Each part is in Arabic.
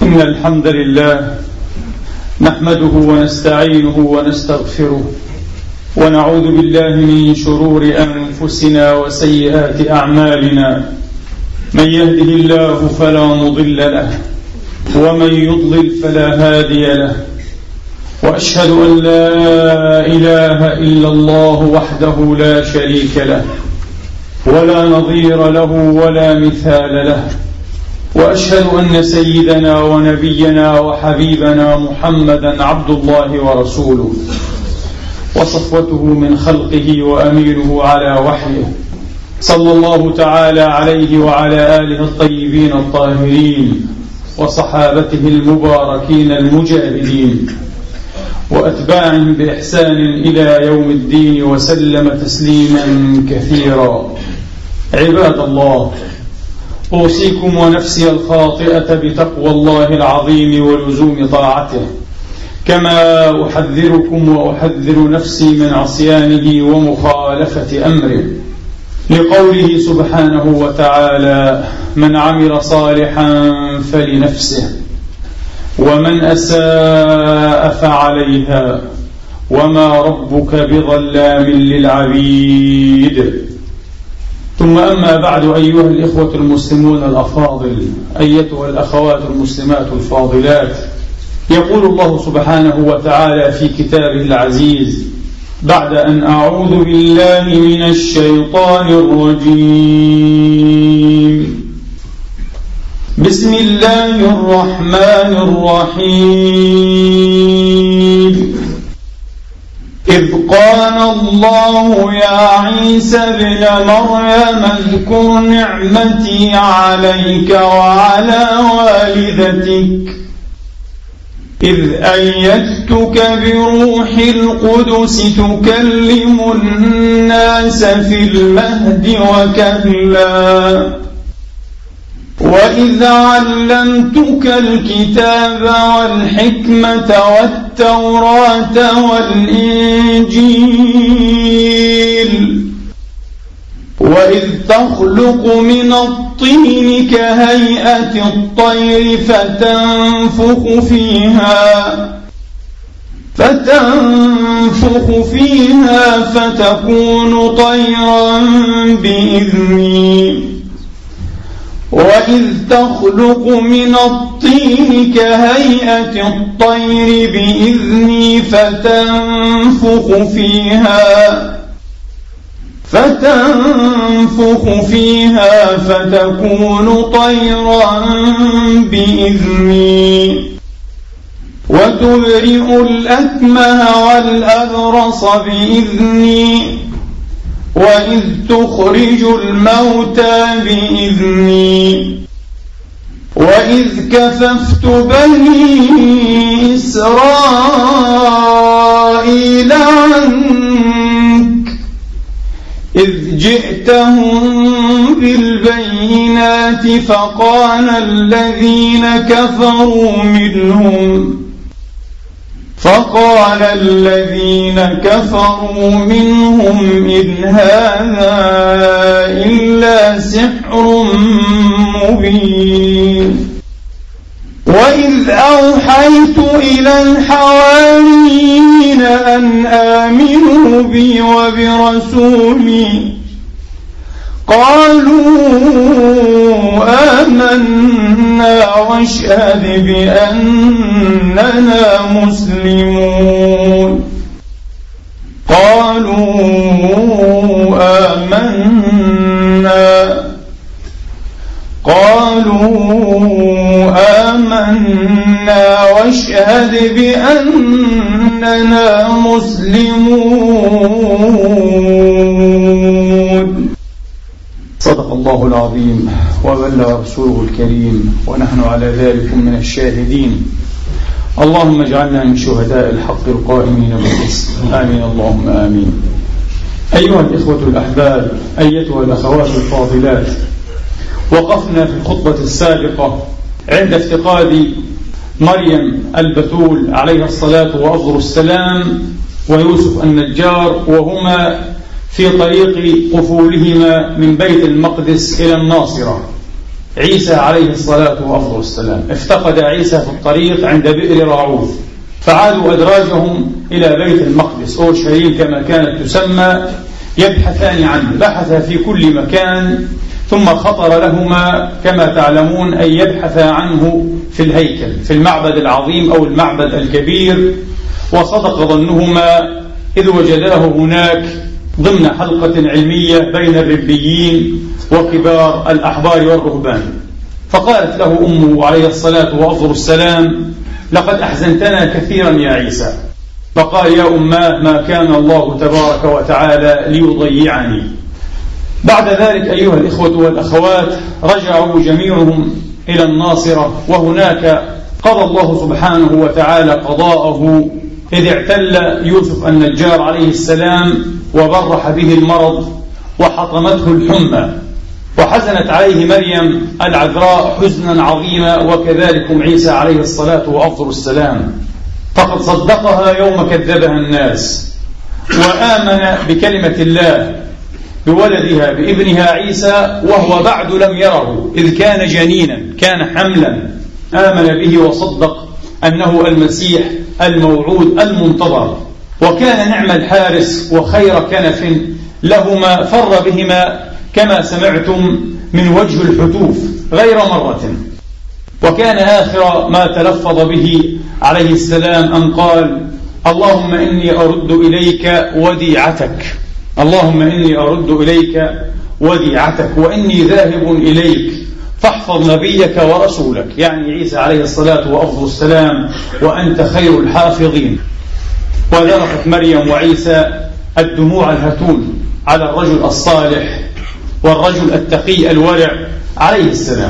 إن الحمد لله نحمده ونستعينه ونستغفره ونعوذ بالله من شرور أنفسنا وسيئات أعمالنا. من يهده الله فلا مضل له ومن يضلل فلا هادي له، وأشهد أن لا إله إلا الله وحده لا شريك له ولا نظير له ولا مثال له، وأشهد أن سيدنا ونبينا وحبيبنا محمدا عبد الله ورسوله وصفوته من خلقه وأمينه على وحيه، صلى الله تعالى عليه وعلى آله الطيبين الطاهرين وصحابته المباركين المجاهدين وأتباعهم بإحسان إلى يوم الدين وسلم تسليما كثيرا. عباد الله، أوصيكم ونفسي الخاطئة بتقوى الله العظيم ولزوم طاعته، كما أحذركم وأحذر نفسي من عصيانه ومخالفة أمره، لقوله سبحانه وتعالى: من عمل صالحا فلنفسه ومن أساء فعليها وما ربك بظلام للعبيد. ثم أما بعد، أيها الإخوة المسلمون الأفاضل، أيتها الأخوات المسلمات الفاضلات، يقول الله سبحانه وتعالى في كتابه العزيز بعد أن أعوذ بالله من الشيطان الرجيم: بسم الله الرحمن الرحيم. إذ قال الله يا عيسى ابن مريم اذكر نعمتي عليك وعلى والدتك إذ أيدتك بروح القدس تكلم الناس في المهد وكهلا وإذ علمتك الكتاب والحكمة والتوراة والإنجيل وإذ تخلق من الطين كهيئة الطير فتنفخ فيها فتكون طيرا بإذني وإذ تخلق من الطين كهيئة الطير بإذني فتنفخ فيها فتكون طيرا بإذني وتبرئ الأكمه والأبرص بإذني وإذ تخرج الموتى بإذني وإذ كففت بني إسرائيل عنك إذ جئتهم بالبينات فقال الذين كفروا منهم إن هذا إلا سحر مبين. وإذ أوحيت إلى الحواريين أن آمنوا بي وبرسولي قالوا آمنا واشهد بأننا مسلمون. آمنا واشهد بأننا مسلمون. صدق الله العظيم وبلغ رسوله الكريم ونحن على ذلك من الشاهدين. اللهم اجعلنا من شهداء الحق القائمين بالقسط، آمين اللهم آمين. أيها الإخوة الأحباب، أيتها الأخوات الفاضلات، وقفنا في الخطبة السابقة عند افتقاد مريم البتول عليها الصلاة وأفضل السلام ويوسف النجار، وهما في طريق قفولهما من بيت المقدس إلى الناصرة. عيسى عليه الصلاة والسلام. افتقد عيسى في الطريق عند بئر راعوث، فعادوا أدراجهم إلى بيت المقدس أورشليم كما كانت تسمى، يبحثان عنه. بحث في كل مكان، ثم خطر لهما كما تعلمون أن يبحث عنه في الهيكل، في المعبد العظيم أو المعبد الكبير. وصدق ظنهما إذ وجداه هناك ضمن حلقة علمية بين الربيين وكبار الأحبار والرهبان. فقالت له أمه عليه الصلاة والسلام: لقد أحزنتنا كثيرا يا عيسى. فقال: يا أماه، ما كان الله تبارك وتعالى ليضيعني. بعد ذلك أيها الإخوة والأخوات رجعوا جميعهم إلى الناصرة، وهناك قضى الله سبحانه وتعالى قضاءه، إذ اعتل يوسف النجار عليه السلام وبرح به المرض وحطمته الحمى، وحزنت عليه مريم العذراء حزنا عظيما، وكذلك عيسى عليه الصلاة والسلام، فقد صدقها يوم كذبها الناس، وآمن بكلمة الله بولدها بابنها عيسى وهو بعد لم يره، إذ كان جنينا، كان حملا. آمن به وصدق أنه المسيح الموعود المنتظر، وكان نعم الحارس وخير كنف لهما، فر بهما كما سمعتم من وجه الحتوف غير مرة. وكان آخر ما تلفظ به عليه السلام أن قال: اللهم إني أرد إليك وديعتك، اللهم إني أرد إليك وديعتك، وإني ذاهب إليك فاحفظ نبيك ورسولك، يعني عيسى عليه الصلاة والسلام، وأنت خير الحافظين. وذرفت مريم وعيسى الدموع الهتون على الرجل الصالح والرجل التقي الورع عليه السلام.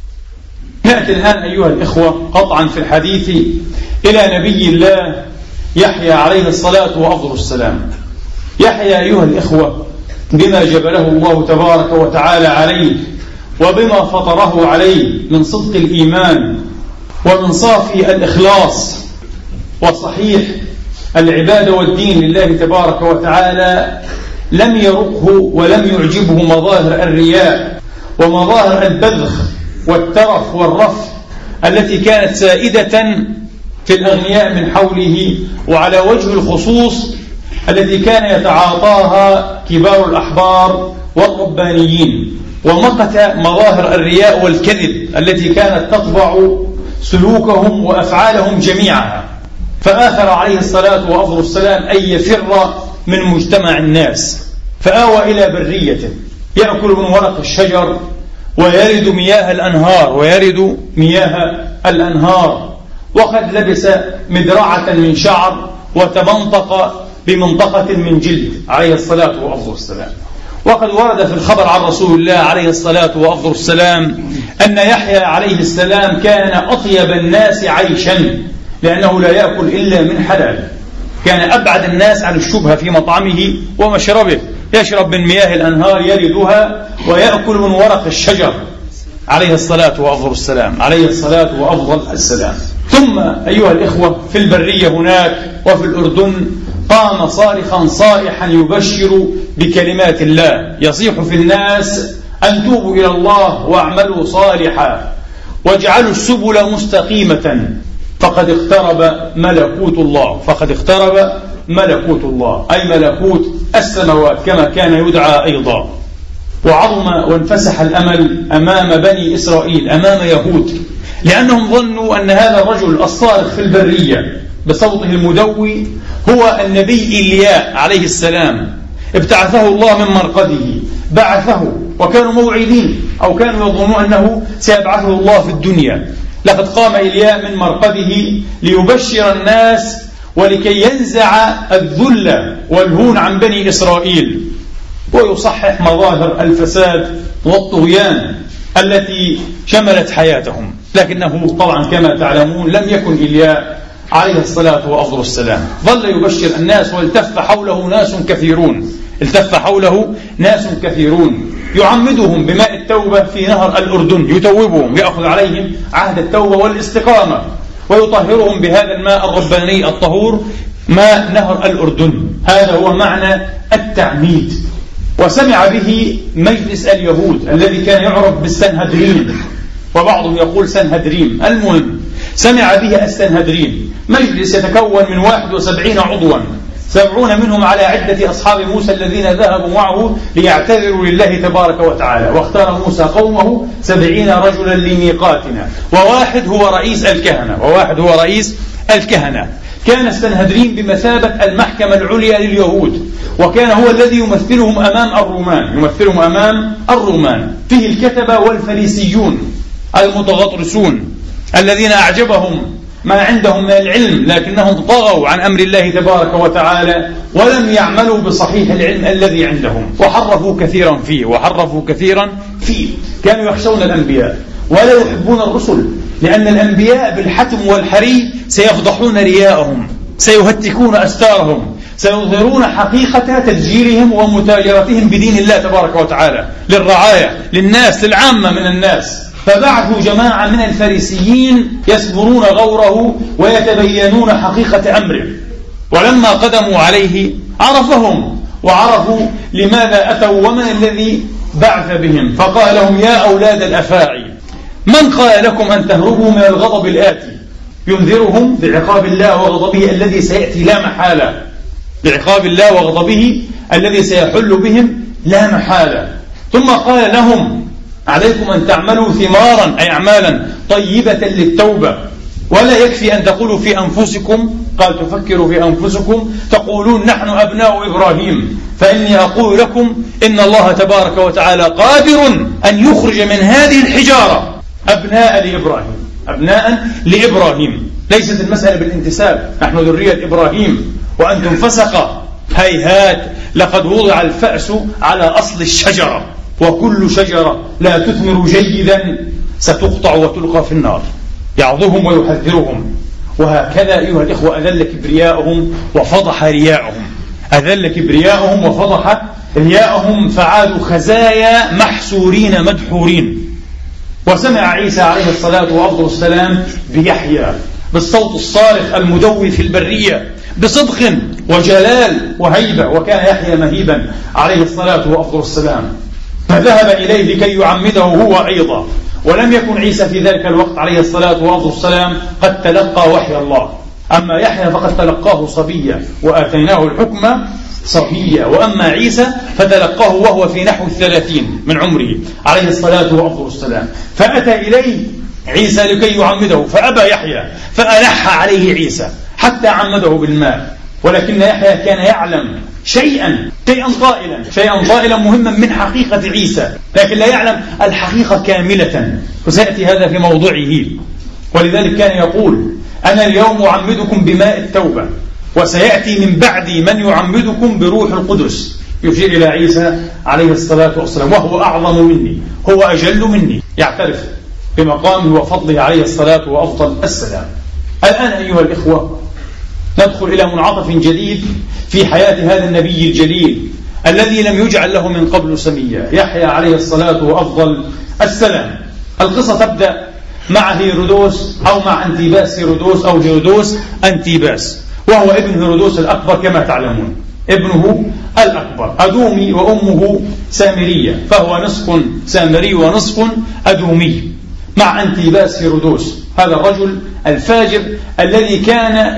نأتي الآن أيها الإخوة قطعا في الحديث إلى نبي الله يحيى عليه الصلاة والسلام. يحيى أيها الإخوة بما جبله الله تبارك وتعالى عليه، وبما فطره عليه من صدق الإيمان ومن صافي الإخلاص وصحيح العبادة والدين لله تبارك وتعالى، لم يرقه ولم يعجبه مظاهر الرياء ومظاهر البذخ والترف والرف التي كانت سائدة في الأغنياء من حوله، وعلى وجه الخصوص التي كان يتعاطاها كبار الأحبار والربانيين، ومقت مظاهر الرياء والكذب التي كانت تطبع سلوكهم وأفعالهم جميعها. فآثر عليه الصلاة والسلام أن يفر من مجتمع الناس، فآوى إلى برية يأكل من ورق الشجر ويرد مياه الأنهار، وقد لبس مدرعة من شعر وتمنطق بمنطقة من جلد عليه الصلاة والسلام. وقد ورد في الخبر عن رسول الله عليه الصلاة والسلام أن يحيى عليه السلام كان أطيب الناس عيشا، لأنه لا يأكل إلا من حلال، كان أبعد الناس عن الشبهة في مطعمه ومشربه، يشرب من مياه الأنهار يردها ويأكل من ورق الشجر عليه الصلاة والسلام، عليه الصلاة وأفضل السلام. ثم أيها الإخوة في البرية هناك وفي الأردن قام صارخا صائحا يبشر بكلمات الله، يصيح في الناس أن توبوا إلى الله واعملوا صالحا واجعلوا السبل مستقيمة فقد اقترب ملكوت الله، فقد اقترب ملكوت الله، أي ملكوت السماوات كما كان يدعى أيضا. وعظم وانفسح الأمل أمام بني إسرائيل، أمام يهود، لأنهم ظنوا أن هذا الرجل الصارخ في البرية بصوته المدوي هو النبي إيلياء عليه السلام، ابتعثه الله من مرقده، بعثه، وكانوا موعدين أو كانوا يظنون أنه سيبعثه الله في الدنيا. لقد قام إيلياء من مرقده ليبشر الناس ولكي ينزع الذل والهون عن بني إسرائيل، ويصحح مظاهر الفساد والطغيان التي شملت حياتهم. لكنه طبعا كما تعلمون لم يكن إيلياء عليه الصلاة والسلام، ظل يبشر الناس، والتف حوله ناس كثيرون يعمدهم بماء التوبة في نهر الأردن، يتوبهم، يأخذ عليهم عهد التوبة والاستقامة، ويطهرهم بهذا الماء الرباني الطهور، ماء نهر الأردن. هذا هو معنى التعميد. وسمع به مجلس اليهود الذي كان يعرف بالسنهدرين، وبعضهم يقول سنهدريم. المهم سمع به السنهدريم، مجلس يتكون من 71 عضوا، 70 منهم على عدة أصحاب موسى الذين ذهبوا معه ليعتذروا لله تبارك وتعالى، واختار موسى قومه 70 رجلا لميقاتنا، وواحد هو رئيس الكهنة. كان السنهدرين بمثابة المحكمة العليا لليهود، وكان هو الذي يمثلهم أمام الرومان. فيه الكتبة والفريسيون المتغطرسون الذين أعجبهم ما عندهم من العلم، لكنهم طغوا عن أمر الله تبارك وتعالى ولم يعملوا بصحيح العلم الذي عندهم، وحرفوا كثيرا فيه. كانوا يخشون الأنبياء ولا يحبون الرسل، لأن الأنبياء بالحتم والحري سيفضحون رياءهم، سيهتكون أستارهم، سيظهرون حقيقة تدجيرهم ومتاجرتهم بدين الله تبارك وتعالى للرعاية، للناس، للعامة من الناس. فبعثوا جماعة من الفريسيين يسبرون غوره ويتبينون حقيقة أمره، ولما قدموا عليه عرفهم وعرفوا لماذا أتوا ومن الذي بعث بهم، فقال لهم: يا أولاد الأفاعي، من قال لكم أن تهربوا من الغضب الآتي؟ ينذرهم بعقاب الله وغضبه الذي سيأتي لا محالة، بعقاب الله وغضبه الذي سيحل بهم لا محالة. ثم قال لهم: عليكم أن تعملوا ثمارا، أي أعمالا طيبة للتوبة، ولا يكفي أن تقولوا في أنفسكم، قال تفكروا في أنفسكم تقولون نحن أبناء إبراهيم، فإني أقول لكم إن الله تبارك وتعالى قادر أن يخرج من هذه الحجارة أبناء لإبراهيم. ليست المسألة بالانتساب، نحن ذرية إبراهيم وأنتم فسقة، هيهات، لقد وضع الفأس على أصل الشجرة، وكل شجرة لا تثمر جيدا ستقطع وتلقى في النار. يعظهم ويحذرهم. وهكذا أيها الإخوة أذل كبرياءهم وفضح رياءهم، فعادوا خزايا محسورين مدحورين. وسمع عيسى عليه الصلاة والسلام بيحيى بالصوت الصارخ المدوي في البرية بصدق وجلال وهيبة، وكان يحيى مهيبا عليه الصلاة والسلام، فذهب إليه لكي يعمده هو أيضا. ولم يكن عيسى في ذلك الوقت عليه الصلاة والسلام قد تلقى وحي الله، أما يحيى فقد تلقاه صبيا وآتيناه الحكم صبيا، وأما عيسى فتلقاه وهو في نحو 30 من عمره عليه الصلاة والسلام. فأتى إليه عيسى لكي يعمده فأبى يحيى، فألح عليه عيسى حتى عمده بالماء. ولكن يحيى كان يعلم شيئا طائلا مهما من حقيقة عيسى، لكن لا يعلم الحقيقة كاملة، وسيأتي هذا في موضعه. ولذلك كان يقول: أنا اليوم أعمدكم بماء التوبة، وسيأتي من بعدي من يعمدكم بروح القدس. يشير إلى عيسى عليه الصلاة والسلام، وهو أعظم مني، هو أجل مني، يعترف بمقامه وفضله عليه الصلاة والسلام. الآن أيها الإخوة ندخل إلى منعطف جديد في حياة هذا النبي الجليل الذي لم يجعل له من قبل سميا، يحيى عليه الصلاة والسلام. القصة تبدأ مع هيرودوس أو مع أنتيباس هيرودوس أو هيرودوس أنتيباس، وهو ابن هيرودوس الأكبر كما تعلمون، ابنه الأكبر أدومي وأمه سامرية، فهو نصف سامري ونصف أدومي، مع أنتيباس هيرودوس هذا الرجل الفاجر الذي كان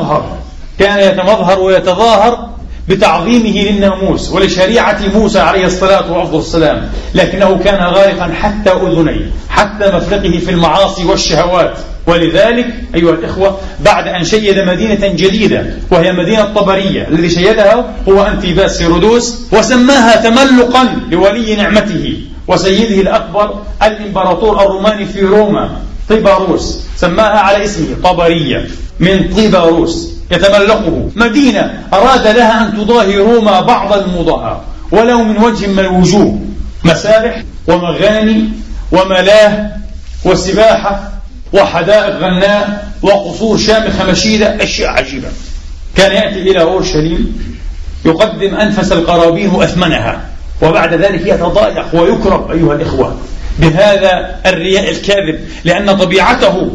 يتمظهر ويتظاهر بتعظيمه للناموس ولشريعة موسى عليه الصلاة والسلام، لكنه كان غارقا حتى أذنيه، حتى مفرقه في المعاصي والشهوات. ولذلك أيها الإخوة بعد أن شيد مدينة جديدة وهي مدينة طبرية، الذي شيدها هو أنتيباس هيرودوس، وسماها تملقا لولي نعمته وسيده الأكبر الإمبراطور الروماني في روما طيباروس، سماها على اسمه طبرية من طيباروس، يتملقه مدينة أراد لها أن تضاهي روما بعض المضاهاة ولو من وجه من الوجوه، مسارح ومغاني وملاة وسباحة وحدائق غناء وقصور شامخة مشيدة، أشياء عجيبة. كان يأتي إلى أورشليم يقدم أنفس القرابين أثمنها، وبعد ذلك يتضايق ويكرب أيها الإخوة بهذا الرياء الكاذب، لأن طبيعته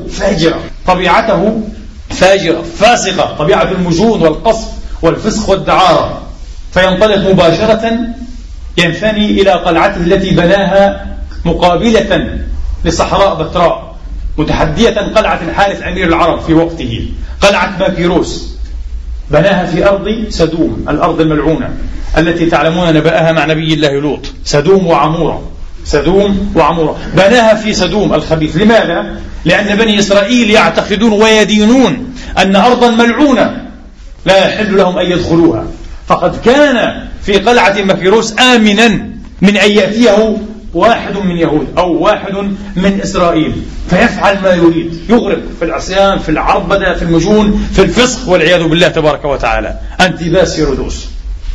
فاجرة فاسقة، طبيعة المجون والقصف والفسق والدعارة. فينطلق مباشرة ينثني إلى قلعته التي بناها مقابلة لصحراء بتراء متحدية قلعة الحارث أمير العرب في وقته، قلعة ماكيروس، بناها في أرض سدوم، الأرض الملعونة التي تعلمون نبأها مع نبي الله لوط، سدوم وعمورة، سدوم وعمورة، بناها في سدوم الخبيث. لماذا؟ لأن بني إسرائيل يعتقدون ويدينون أن أرضا ملعونة لا يحل لهم أن يدخلوها، فقد كان في قلعة ماكيروس آمنا من أن يأتيه واحد من يهود أو واحد من إسرائيل فيفعل ما يريد، يغرق في العصيان، في العربدة، في المجون، في الفسق والعياذ بالله تبارك وتعالى. أنتيباس هيرودوس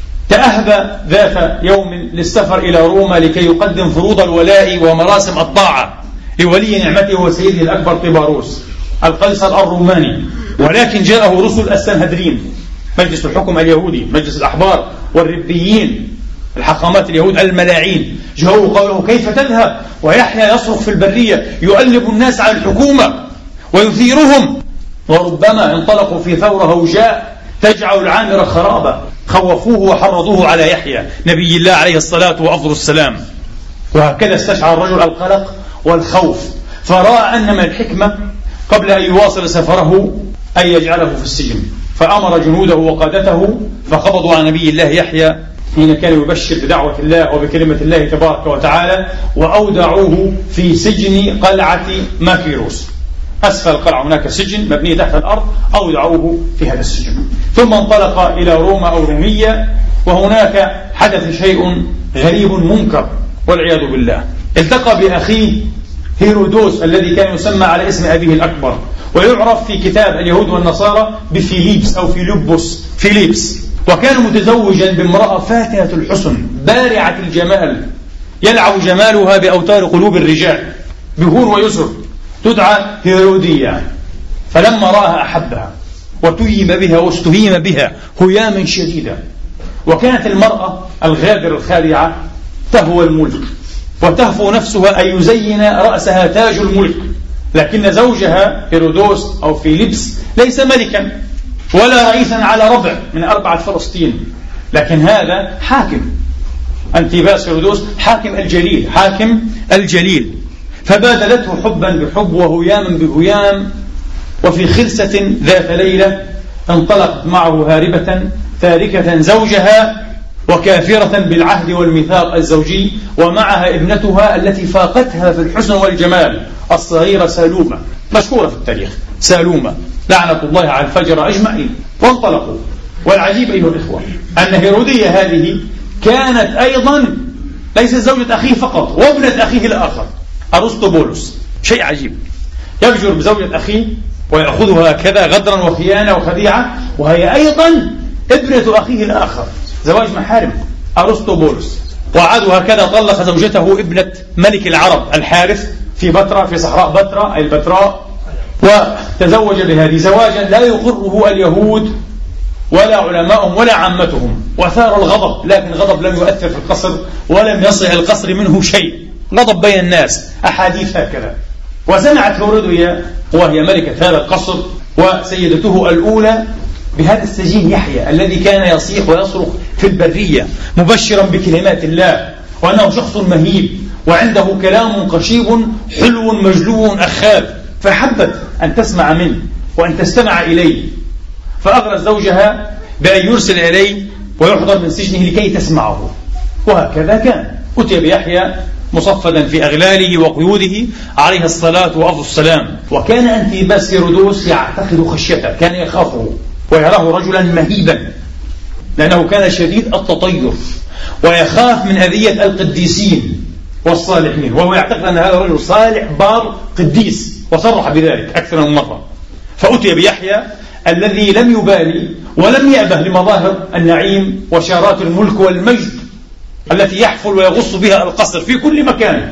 تأهب ذات يوم للسفر إلى روما لكي يقدم فروض الولاء ومراسم الطاعة لولي نعمته وسيده الأكبر طيباروس القيصر الروماني، ولكن جاءه رسل السنهدرين، مجلس الحكم اليهودي، مجلس الأحبار والربيين، الحاخامات اليهود الملاعين، جاءوا وقالوا كيف تذهب ويحيى يصرخ في البرية يؤلب الناس على الحكومة ويثيرهم، وربما انطلقوا في ثورة هوجاء تجعل العامرة خرابا. خوفوه وحرضوه على يحيى نبي الله عليه الصلاة وأفضل السلام، وهكذا استشعر الرجل القلق والخوف، فرأى أن من الحكمة قبل أن يواصل سفره أن يجعله في السجن، فأمر جنوده وقادته فقبضوا على نبي الله يحيى حين كان يبشر بدعوة الله وبكلمة الله تبارك وتعالى، وأودعوه في سجن قلعة ماكيروس. أسفل القلعة هناك سجن مبني تحت الأرض، أودعوه في هذا السجن، ثم انطلق إلى روما أو رومية، وهناك حدث شيء غريب منكر والعياذ بالله. التقى بأخيه هيرودوس الذي كان يسمى على اسم أبيه الأكبر، ويعرف في كتاب اليهود والنصارى بفيليبس أو فيليبس، وكان متزوجا بامرأة فاتنة الحسن بارعة الجمال يلعب جمالها بأوتار قلوب الرجال، بهور ويسر، تدعى هيرودية. فلما رآها أحبها وتيم بها واستهيم بها هياما شديدا. وكانت المرأة الغادرة الخادعة تهوى الملك وتهفو نفسها أن يزين رأسها تاج الملك، لكن زوجها هيرودوس أو فيليبس ليس ملكا ولا رئيسا على ربع من 4 فلسطين، لكن هذا حاكم، أنتيباس هيرودوس حاكم الجليل، فبادلته حبا بحب وهياما بهيام. وفي خلسة ذات ليلة انطلقت معه هاربة تاركة زوجها وكافرة بالعهد والميثاق الزوجي، ومعها ابنتها التي فاقتها في الحسن والجمال الصغيرة سالومة، مشهورة في التاريخ سالومة لعنة الله على الفجر أجمعين. وانطلقوا. والعجيب أيها الإخوة أن هيرودية هذه كانت أيضا ليست زوجة أخيه فقط، وابنة أخيه الآخر أرسطوبولوس. شيء عجيب، يفجر بزوجة أخيه ويأخذها كذا غدرا وخيانة وخديعة، وهي أيضا ابنة أخيه الآخر، زواج محارم أرسطوبولوس. وعاد هكذا طلق زوجته ابنة ملك العرب الحارث في بتراء، في صحراء بتراء أي البتراء، وتزوج بهذه زواجا لا يقره اليهود ولا علماؤهم ولا عامتهم، وثار الغضب، لكن الغضب لم يؤثر في القصر ولم يصل القصر منه شيء، غضب بين الناس، أحاديث هكذا. وسمعت هيرودية وهي ملكة هذا القصر وسيدته الأولى بهذا السجين يحيى الذي كان يصيح ويصرخ في البرية مبشرا بكلمات الله، وأنه شخص مهيب وعنده كلام قشيب حلو مجلو أخاذ، فحبت أن تسمع منه وأن تستمع إليه، فأغرت زوجها بأن يرسل إليه ويحضر من سجنه لكي تسمعه. وهكذا كان، أتي بيحيى مصفدا في أغلاله وقيوده عليه الصلاة وأفضل السلام. وكان أنتيباس هيرودوس يعتقد خشيته، كان يخافه ويراه رجلا مهيبا، لأنه كان شديد التطير ويخاف من أذية القديسين والصالحين، وهو يعتقد أن هذا الرجل صالح بار قديس، وصرح بذلك أكثر من مرة. فأتي بيحيى الذي لم يبالي ولم يأبه لمظاهر النعيم وشارات الملك والمجد التي يحفل ويغص بها القصر في كل مكان،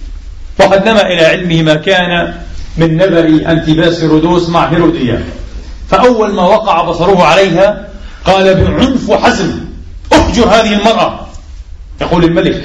وقد نما إلى علمه ما كان من نبأ أنتيباس هيرودوس مع هيرودية. فأول ما وقع بصره عليها قال بعنف وحزم: أحجر هذه المرأة، يقول الملك.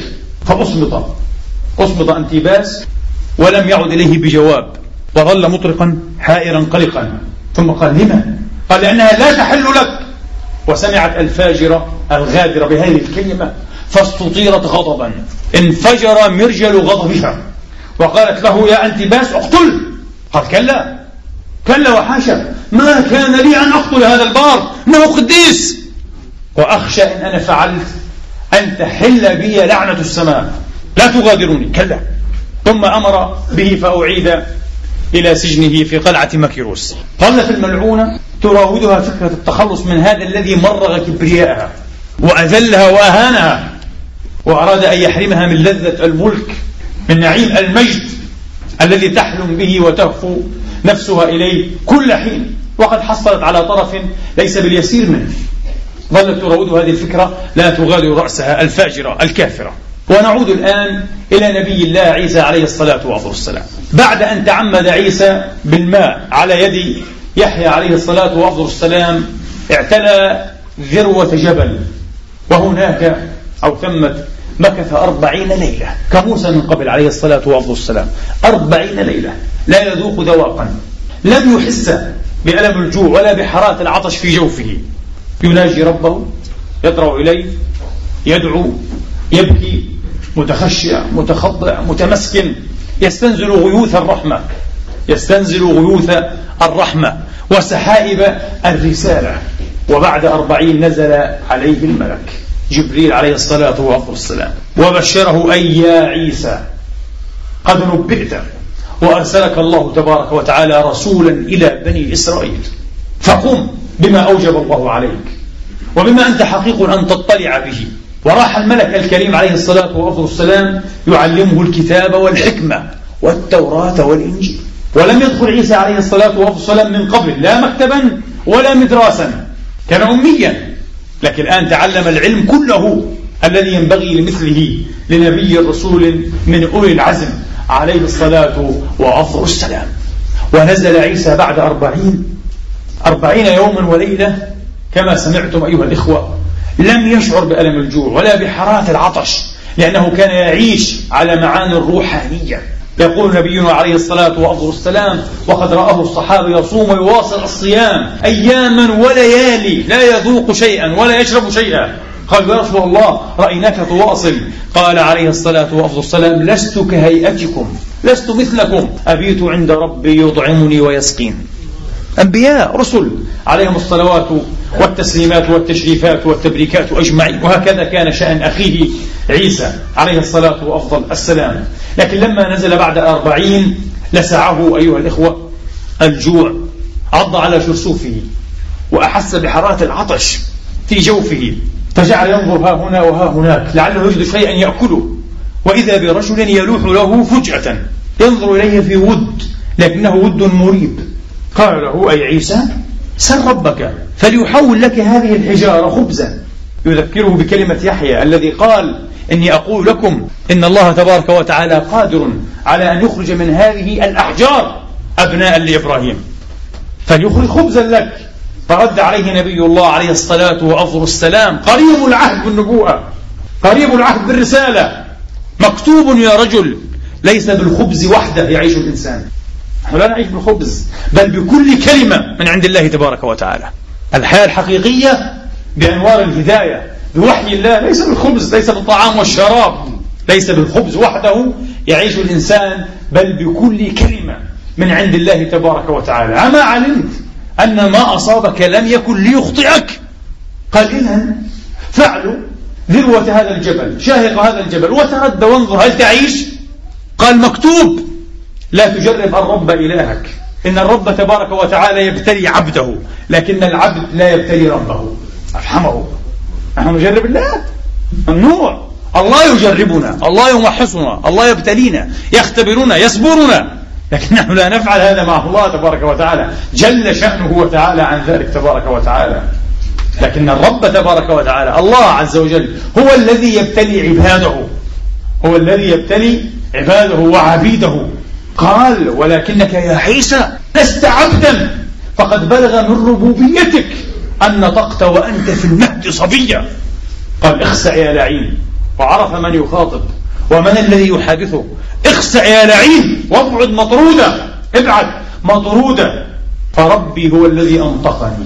فأصمت أنتيباس ولم يعد إليه بجواب، وظل مطرقا حائرا قلقا. ثم قال: لما؟ قال: لأنها لا تحل لك. وسمعت الفاجرة الغادرة بهذه الكلمة فاستطيرت غضبا، انفجر مرجل غضبها وقالت له يا أنتباس اقتل. قال كلا كلا وحاشا، ما كان لي أن أقتل هذا البار، إنه قديس، وأخشى إن أنا فعلت أن تحل بي لعنة السماء، لا تغادروني، كلا. ثم أمر به فأعيد إلى سجنه في قلعة مكيروس. ظلت الملعونة تراودها فكرة التخلص من هذا الذي مرغ كبرياءها وأذلها وأهانها، وأراد أن يحرمها من لذة الملك، من نعيم المجد الذي تحلم به وتهفو نفسها إليه كل حين، وقد حصلت على طرف ليس باليسير منه. ظلت تراود هذه الفكرة لا تغادر رأسها الفاجرة الكافرة. ونعود الآن إلى نبي الله عيسى عليه الصلاة والسلام. بعد أن تعمد عيسى بالماء على يد يحيى عليه الصلاة والسلام، اعتلى ذروة جبل، وهناك أو ثمت مكث 40 ليلة كموسى من قبل عليه الصلاة والسلام. 40 ليلة لا يذوق ذواقا، لم يحس بألم الجوع ولا بحرارة العطش في جوفه. يناجي ربه، يضرع إليه، يدعو، يبكي، متخشع متخضع متمسكن، يستنزل غيوث الرحمة، يستنزل غيوث الرحمة وسحائب الرسالة. وبعد 40 نزل عليه الملك جبريل عليه الصلاة والسلام وبشره أي يا عيسى قد نبئت وأرسلك الله تبارك وتعالى رسولا إلى بني إسرائيل، فقم بما أوجب الله عليك وبما أنت حقيق أن تطلع به. وراح الملك الكريم عليه الصلاة والسلام يعلمه الكتاب والحكمة والتوراة والإنجيل. ولم يدخل عيسى عليه الصلاة والسلام من قبل لا مكتبا ولا مدراسا، كان أميا، لكن الآن تعلم العلم كله الذي ينبغي لمثله لنبي الرسول من أولي العزم عليه الصلاة والسلام. ونزل عيسى بعد 40 يوما وليلة كما سمعتم أيها الإخوة. لم يشعر بألم الجوع ولا بحرارة العطش، لأنه كان يعيش على معاني الروحانية. يقول نبينا عليه الصلاة والسلام وقد رآه الصحابة يصوم ويواصل الصيام أياما وليالي لا يذوق شيئا ولا يشرب شيئا. قالوا يا رسول الله رأيناك تواصل، قال عليه الصلاة والسلام لست كهيئتكم، لست مثلكم، أبيت عند ربي يطعمني ويسقين. أنبياء رسل عليهم الصلوات والتسليمات والتشريفات والتبريكات أجمعين. وهكذا كان شأن أخيه عيسى عليه الصلاة والسلام. لكن لما نزل بعد 40 لسعه أيها الإخوة الجوع، عض على شرسوفه وأحس بحرارة العطش في جوفه، فجعل ينظر ها هنا وها هناك لعله يجد شيئا يأكله، وإذا برجل يلوح له فجأة ينظر إليه في ود لكنه ود مريب. قال له أي عيسى سل ربك فليحول لك هذه الحجارة خبزا، يذكره بكلمة يحيى الذي قال إني أقول لكم إن الله تبارك وتعالى قادر على أن يخرج من هذه الأحجار أبناء لإبراهيم، فليخرج خبزا لك. فرد عليه نبي الله عليه الصلاة والسلام قريب العهد بالنبوءة، قريب العهد بالرسالة، مكتوب يا رجل ليس بالخبز وحده يعيش الإنسان، نحن لا نعيش بالخبز بل بكل كلمة من عند الله تبارك وتعالى. الحياة الحقيقية بأنوار الهداية بوحي الله، ليس بالخبز، ليس بالطعام والشراب، ليس بالخبز وحده يعيش الإنسان بل بكل كلمة من عند الله تبارك وتعالى. أما علمت أن ما أصابك لم يكن ليخطئك؟ قال إذن فعلوا ذروة هذا الجبل، شاهق هذا الجبل، وتردى وانظر هل تعيش؟ قال مكتوب لا تجرب الرب إلهك، إن الرب تبارك وتعالى يبتلي عبده لكن العبد لا يبتلي ربه. أفهمه؟ نحن نجرب الله، ممنوع. الله يجربنا، الله يمحصنا، الله يبتلينا، يختبرنا، يصبرنا، لكن نحن لا نفعل هذا مع الله تبارك وتعالى، جل شأنه وتعالى عن ذلك تبارك وتعالى. لكن الرب تبارك وتعالى الله عز وجل هو الذي يبتلي عباده، هو الذي يبتلي عباده وعبيده. قال ولكنك يا عيسى لست عبدا فقد بلغ من ربوبيتك أن نطقت وأنت في المهد صبيا. قال اخسأ يا لعين، وعرف من يخاطب ومن الذي يحادثه. اخسأ يا لعين وابعد مطرودة، ابعد مطرودة، فربي هو الذي أنطقني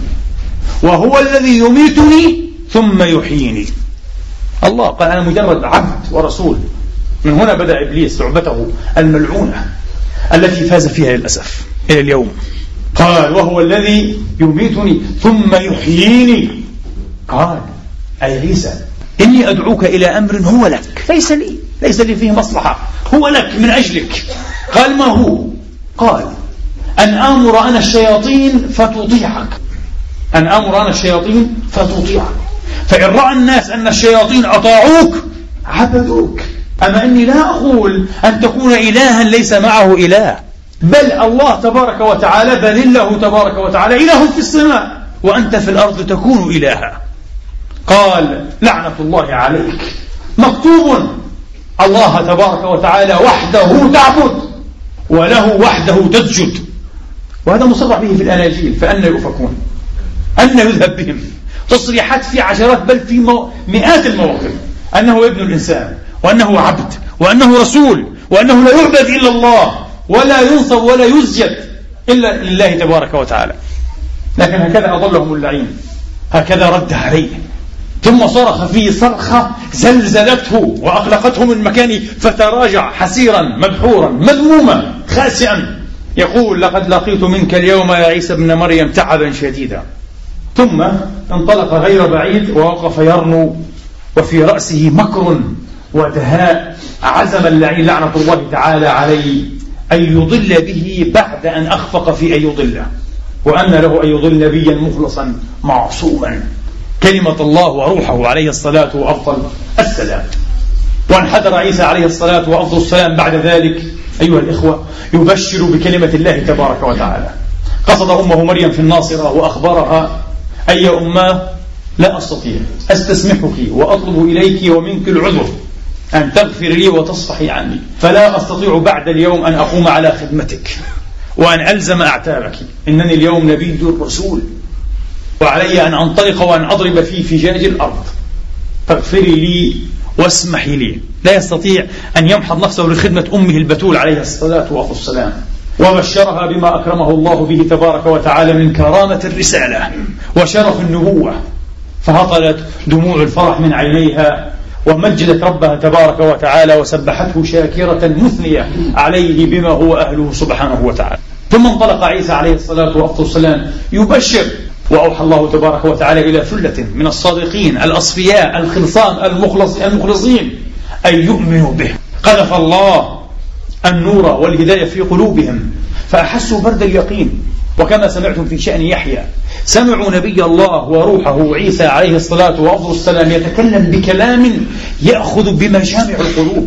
وهو الذي يميتني ثم يحييني. الله قال أنا مجرد عبد ورسول، من هنا بدأ إبليس لعبته الملعونة التي فاز فيها للأسف إلى اليوم. قال وهو الذي يميتني ثم يحييني. قال أي عيسى إني أدعوك إلى أمر هو لك، ليس لي فيه مصلحة، هو لك من أجلك. قال ما هو؟ قال أن آمر أنا الشياطين فتطيعك، أن آمر أنا الشياطين فتطيعك، فإن رأى الناس أن الشياطين أطاعوك عبدوك. أما إني لا أقول أن تكون إلها ليس معه إله، بل الله تبارك وتعالى، بل الله تبارك وتعالى إله في السماء وأنت في الأرض تكون إلها. قال لعنة الله عليك، مكتوب الله تبارك وتعالى وحده تعبد وله وحده تسجد. وهذا مصرح به في الأناجيل، فأنا يؤفكون، أن يذهب بهم تصريحات في عشرات بل في مئات المواقف أنه ابن الإنسان، وأنه عبد، وأنه رسول، وأنه لا يعبد إلا الله، ولا ينصب ولا يسجد إلا لله تبارك وتعالى. لكن هكذا أضلهم اللعين، هكذا رد عليه، ثم صرخ فيه صرخة زلزلته وأقلقته من مكانه، فتراجع حسيرا مدحورا مذموما خاسئا يقول لقد لقيت منك اليوم يا عيسى ابن مريم تعبا شديدا. ثم انطلق غير بعيد ووقف يرنو وفي رأسه مكر ودهاء. عزم اللعين لعنة الله تعالى عليه أن يضل به بعد أن أخفق في أن يضله، وأن له أن يضل نبيا مخلصا معصوما، كلمة الله وروحه عليه الصلاة وأفضل السلام. وانحدر عيسى عليه الصلاة وأفضل السلام بعد ذلك أيها الإخوة يبشر بكلمة الله تبارك وتعالى. قصد أمه مريم في الناصرة وأخبرها أي أماه لا أستطيع، أستسمحك وأطلب إليك ومنك العذر أن تغفر لي وتصفحي عني، فلا أستطيع بعد اليوم أن أقوم على خدمتك وأن ألزم أعتابك، إنني اليوم نبي رسول وعلي أن أنطلق وأن أضرب في فجاج الأرض، فاغفري لي واسمحي لي. لا يستطيع أن يمحض نفسه لخدمة أمه البتول عليه الصلاة والسلام. وبشرها بما أكرمه الله به تبارك وتعالى من كرامة الرسالة وشرف النبوة، فهطلت دموع الفرح من عينيها ومجدت ربها تبارك وتعالى وسبحته شاكرة مثنية عليه بما هو أهله سبحانه وتعالى. ثم انطلق عيسى عليه الصلاة والسلام يبشر، وأوحى الله تبارك وتعالى إلى ثلة من الصادقين الأصفياء الخلصان المخلصين أن يؤمنوا به. قذف الله النور والهداية في قلوبهم فأحسوا برد اليقين. وكما سمعتم في شأن يحيى، سمعوا نبي الله وروحه عيسى عليه الصلاة والسلام يتكلم بكلام يأخذ بمجامع القلوب،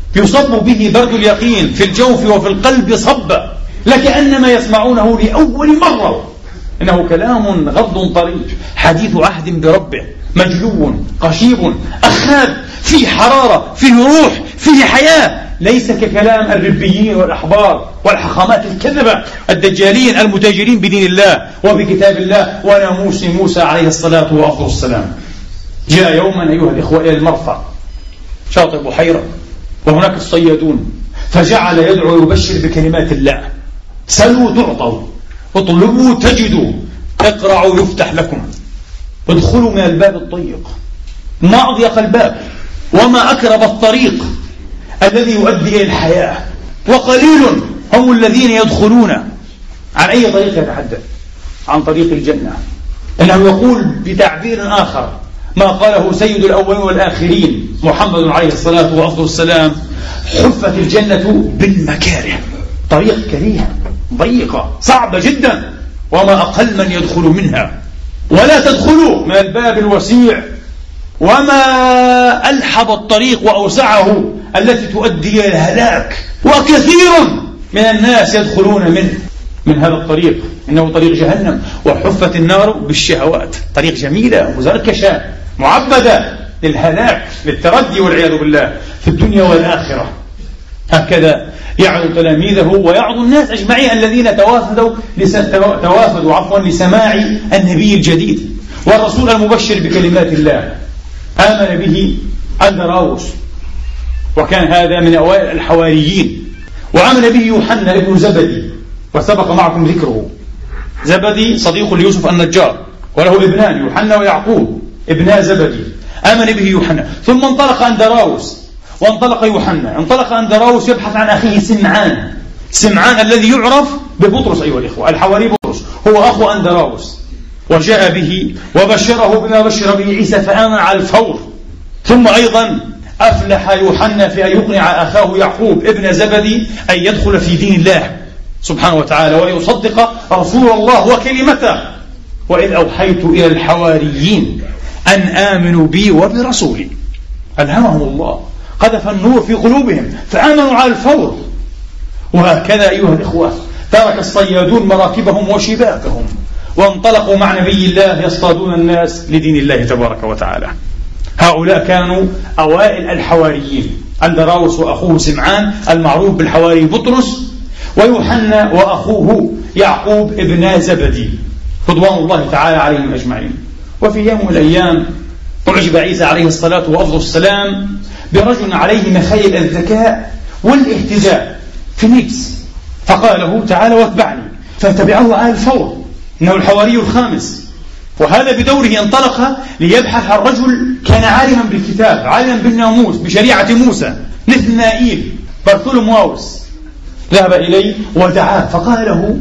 يصب به برد اليقين في الجوف وفي القلب صبا، لكأنما يسمعونه لأول مرة. إنه كلام غض طريق، حديث عهد بربه، مجلو قشيب أخاذ، فيه حرارة، فيه روح، فيه حياة، ليس ككلام الربيين والأحبار والحخامات الكذبة الدجالين المتاجرين بدين الله وبكتاب الله وناموس موسى عليه الصلاة والسلام. جاء يوما أيها الإخوة إلى المرفأ شاطئ بحيرة، وهناك الصيادون، فجعل يدعو ويبشر بكلمات الله: سلوا تعطوا، اطلبوا تجدوا، اقرعوا يفتح لكم، ادخلوا من الباب الضيق. ما أضيق الباب وما أكرب الطريق الذي يؤدي إلى الحياة، وقليل هم الذين يدخلون. عن أي طريق يتحدث؟ عن طريق الجنة. إنه يقول بتعبير آخر ما قاله سيد الأولين والآخرين محمد عليه الصلاة والسلام: حفت الجنة بالمكاره. طريق كريهة ضيقة صعبة جدا، وما أقل من يدخل منها. ولا تدخلوا من الباب الوسيع، وما ألحب الطريق وأوسعه التي تؤدي إلى الهلاك، وكثير من الناس يدخلون من هذا الطريق، إنه طريق جهنم. وحفت النار بالشهوات، طريق جميلة مزركشة معبدة للهلاك، للتردي والعياذ بالله في الدنيا والآخرة. هكذا يعظ تلاميذه ويعظ الناس أجمعين الذين توافدوا لسماع النبي الجديد والرسول المبشر بكلمات الله. آمن به أندراوس، وكان هذا من أوائل الحواريين. وآمن به يوحنا ابن زبدي، وسبق معكم ذكره. زبدي صديق ليوسف النجار، وله ابنان يوحنا ويعقوب ابنا زبدي. آمن به يوحنا. ثم انطلق أندراوس وانطلق يوحنا، انطلق أندراوس يبحث عن أخيه سمعان الذي يعرف ببطرس أيها الإخوة، الحواري بطرس هو أخو أندراوس، وجاء به وبشره بما بشر به عيسى فآمن على الفور. ثم أيضا أفلح يوحنا في أن يقنع أخاه يعقوب ابن زبدي أن يدخل في دين الله سبحانه وتعالى ويصدق رسول الله وكلمته. وإذ أوحيت إلى الحواريين أن آمنوا بي وبرسولي، ألهمهم الله، قذف النور في قلوبهم فآمنوا على الفور. وهكذا أيها الإخوة ترك الصيادون مراكبهم وشباكهم وانطلقوا مع نبي الله يصطادون الناس لدين الله تبارك وتعالى. هؤلاء كانوا أوائل الحواريين، أندراوس وأخوه سمعان المعروف بالحواري بطرس، ويوحنا وأخوه يعقوب ابن زبدي رضوان الله تعالى عليهم أجمعين. وفي يوم من الأيام أعجب عيسى عليه الصلاة والسلام برجل عليه مخيل الذكاء والاهتداء فينيكس، فقال له تعالى واتبعني، فتبعه على الفور، إنه الحواري الخامس. وهذا بدوره انطلق ليبحث عن رجل كان عالما بالكتاب، عالما بالناموس بشريعة موسى، نثنائيل برثولماوس. ذهب إليه ودعاه فقال له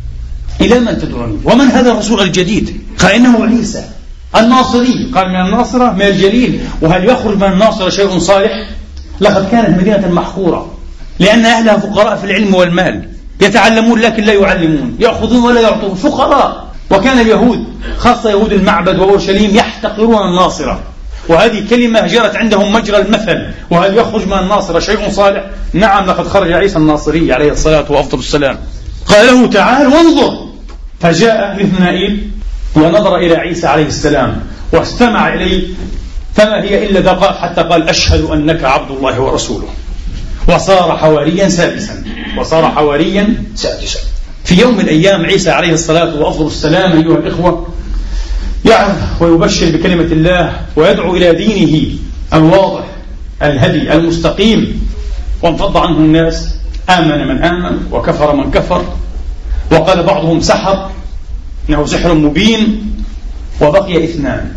إلى من تدعوني؟ ومن هذا الرسول الجديد؟ قال إنه عيسى الناصري. قال من الناصرة؟ من الجليل. وهل يخرج من الناصرة شيء صالح؟ لقد كانت مدينة محقورة لأن أهلها فقراء في العلم والمال، يتعلمون لكن لا يعلمون، يأخذون ولا يعطون، فقراء. وكان اليهود خاصة يهود المعبد وأورشليم يحتقرون الناصرة، وهذه كلمة جرت عندهم مجرى المثل. وهل يخرج من الناصرة شيء صالح؟ نعم، لقد خرج عيسى الناصري عليه الصلاة والسلام. قال له تعال وانظر، فجاء نثنائيل ونظر إلى عيسى عليه السلام واستمع إليه، فما هي إلا دقائق حتى قال أشهد أنك عبد الله ورسوله، وصار حواريا سادسا. في يوم من الأيام عيسى عليه الصلاة والسلام أيها الإخوة يعرف ويبشر بكلمة الله ويدعو إلى دينه الواضح الهدي المستقيم، وانفض عنه الناس، آمن من آمن وكفر من كفر، وقال بعضهم سحر، إنه سحر مبين. وبقي اثنان،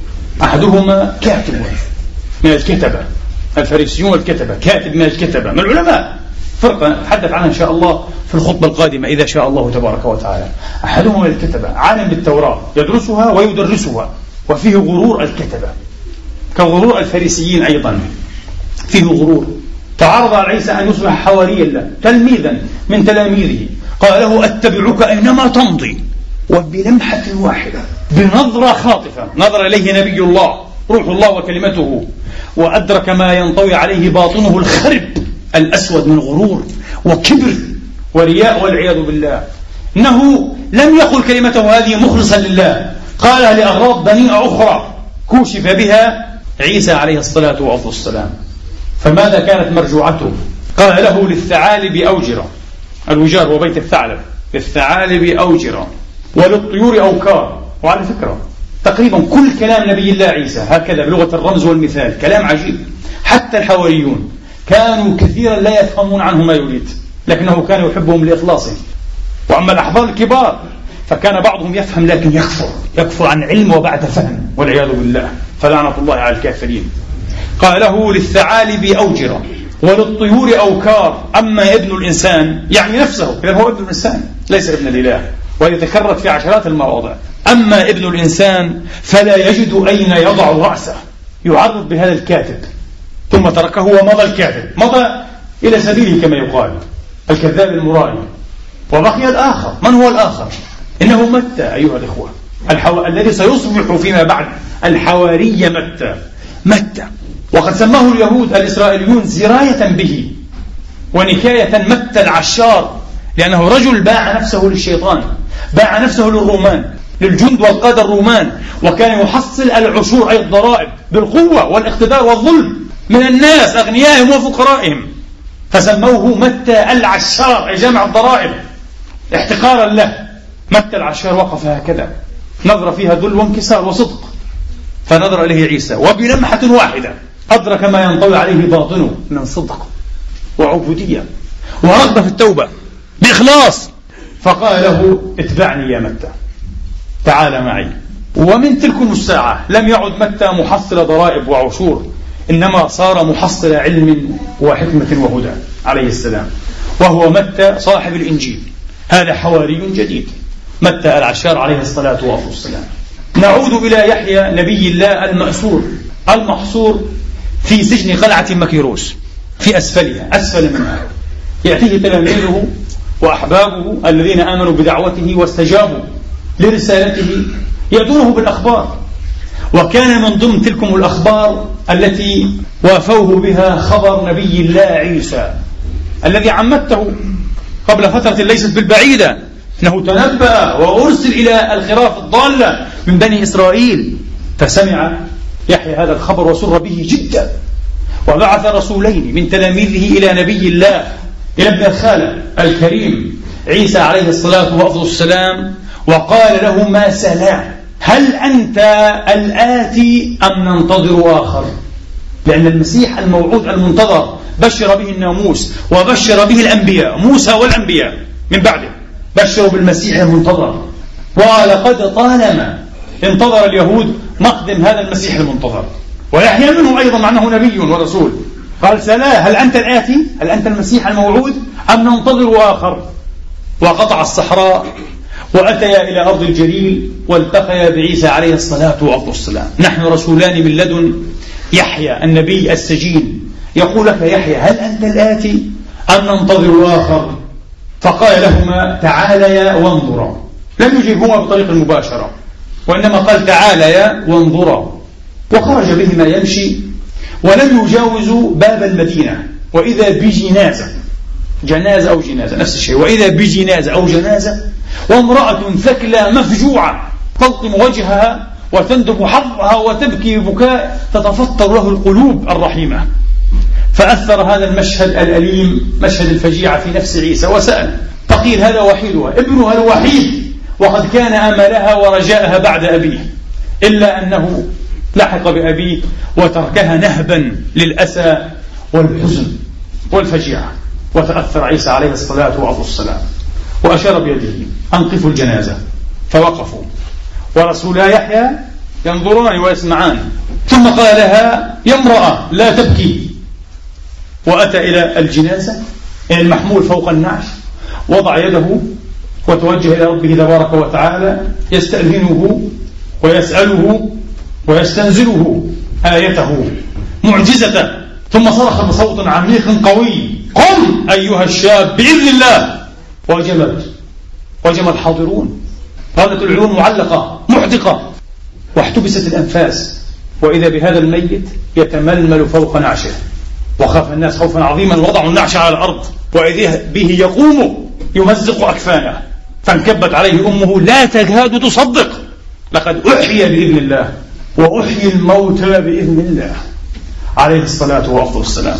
أحدهما كاتب من الكتبة، الفريسيون الكتبة، كاتب من الكتبة من العلماء، فرقة نتحدث عنها إن شاء الله في الخطبة القادمة إذا شاء الله تبارك وتعالى. أحدهم من الكتبة عالم بالتوراة يدرسها ويدرسها، وفيه غرور الكتبة كغرور الفريسيين أيضا، فيه غرور. تعرض على عيسى أن يصبح حواريا له، تلميذا من تلاميذه، قال له أتبعك أينما تمضي. وبلمحة واحدة بنظرة خاطفة نظر إليه نبي الله روح الله وكلمته، وأدرك ما ينطوي عليه باطنه الخرب الأسود من غرور وكبر ورياء والعياذ بالله. إنه لم يقل كلمته هذه مخلصا لله، قالها لأغراض بنيئة أخرى كوشف بها عيسى عليه الصلاة والسلام. فماذا كانت مرجوعته؟ قال له للثعالب أوجرة، الوجار وبيت الثعلب، للثعالب أوجرة وللطيور أوكار. وعلى فكرة تقريبا كل كلام نبي الله عيسى هكذا بلغة الرمز والمثال، كلام عجيب. حتى الحواريون كانوا كثيرا لا يفهمون عنه ما يريد، لكنه كان يحبهم لإخلاصهم. وأما الأحبار الكبار فكان بعضهم يفهم لكن يكفر عن علم وبعد فهم والعياذ بالله، فلعنة الله على الكافرين. قال له للثعالب أوجرة وللطيور أوكار. أما ابن الإنسان يعني نفسه، إذا هو ابن الإنسان ليس ابن الإله، وهي تكررت في عشرات المواضع. أما ابن الإنسان فلا يجد أين يضع رأسه، يعرض بهذا الكاتب. ثم تركه ومضى الكاتب، مضى إلى سبيله كما يقال، الكذاب المرائي. وبقي الآخر. من هو الآخر؟ إنه متى أيها الإخوة، الذي سيصبح فيما بعد الحواري متى. وقد سماه اليهود الإسرائيليون زراية به ونكاية متى العشار، لأنه رجل باع نفسه للشيطان، باع نفسه للرومان، للجند والقادة الرومان، وكان يحصل العشور أي الضرائب بالقوة والاقتدار والظلم من الناس أغنيائهم وفقرائهم، فسموه متى العشار أي جامع الضرائب احتقارا له. متى العشار وقف هكذا، نظر فيها ذل وانكسار وصدق، فنظر إليه عيسى وبلمحة واحدة أدرك ما ينطوي عليه باطنه من صدق وعبودية ورغبة في التوبة بإخلاص، فقال له اتبعني يا متى، تعال معي. ومن تلك الساعة لم يعد متى محصل ضرائب وعشور، إنما صار محصل علم وحكمة وهدى عليه السلام. وهو متى صاحب الإنجيل، هذا حواري جديد، متى العشار عليه الصلاة والسلام. نعود إلى يحيى نبي الله المحصور في سجن قلعة مكيروس في أسفلها، أسفل منها. يأتيه تلاميذه وأحبابه الذين آمنوا بدعوته واستجابوا لرسالته، يأتونه بالأخبار. وكان من ضمن تلكم الأخبار التي وافوه بها خبر نبي الله عيسى الذي عمته قبل فترة ليست بالبعيدة، إنه تنبأ وأرسل إلى الخراف الضالة من بني إسرائيل. فسمع يحيى هذا الخبر وسر به جدا، وبعث رسولين من تلاميذه إلى نبي الله، إلى ابن الخالة الكريم عيسى عليه الصلاة والسلام، وقال له: ما سلام، هل أنت الآتي أم ننتظر آخر؟ لأن المسيح الموعود المنتظر بشر به الناموس وبشر به الأنبياء، موسى والأنبياء من بعده بشروا بالمسيح المنتظر. ولقد طالما انتظر اليهود مقدم هذا المسيح المنتظر، ويحيى منه أيضا مع أنه نبي ورسول. قال: سلام، هل أنت الآتي، هل أنت المسيح الموعود أم ننتظر آخر؟ وقطع الصحراء وأتيا إلى أرض الجليل والتقيا بعيسى عليه الصلاة والسلام. نحن رسولان من لدن يحيى النبي السجين، يقول لك يحيى: هل أنت الآتي أم ننتظر آخر؟ فقال لهما: تعاليا وانظرا. لم يجيبهما بطريق المباشرة، وإنما قال: تعاليا وانظرا. وخرج بهما يمشي ولم يجاوزوا باب المدينة، وإذا بجنازة، جنازة أو جنازة نفس الشيء، وإذا بجنازة أو جنازة، وامرأة ثكلى مفجوعة تلطم وجهها وتندب حظها وتبكي ببكاء تتفطر له القلوب الرحيمة. فأثر هذا المشهد الأليم، مشهد الفجيعة، في نفس عيسى، وسأل، فقيل: هذا وحيدها، ابنها الوحيد، وقد كان أملها ورجاءها بعد أبيه، إلا أنه لحق بأبيه وتركها نهبا للأسى والحزن والفجيعة. وتأثر عيسى عليه الصلاة والسلام وأشار بيده: أنقفوا الجنازة. فوقفوا، ورسولا يحيى ينظران ويسمعان. ثم قال لها: يا امرأة لا تبكي. وأتى إلى الجنازة، إلى المحمول فوق النعش، وضع يده وتوجه إلى ربه تبارك وتعالى، يستأذنه ويسأله ويستنزله آيته معجزته. ثم صرخ بصوت عميق قوي: قم أيها الشاب بإذن الله. وجم الحاضرون، قامت العيون معلقة محدقة، واحتبست الأنفاس، وإذا بهذا الميت يتململ فوق نعشه. وخاف الناس خوفا عظيما، وضعوا النعش على الأرض، وإذا به يقوم يمزق أكفانه. فانكبت عليه أمه لا تكاد تصدق: لقد أحيي بإذن الله، وأحيي الموتى بإذن الله، عليه الصلاة والسلام.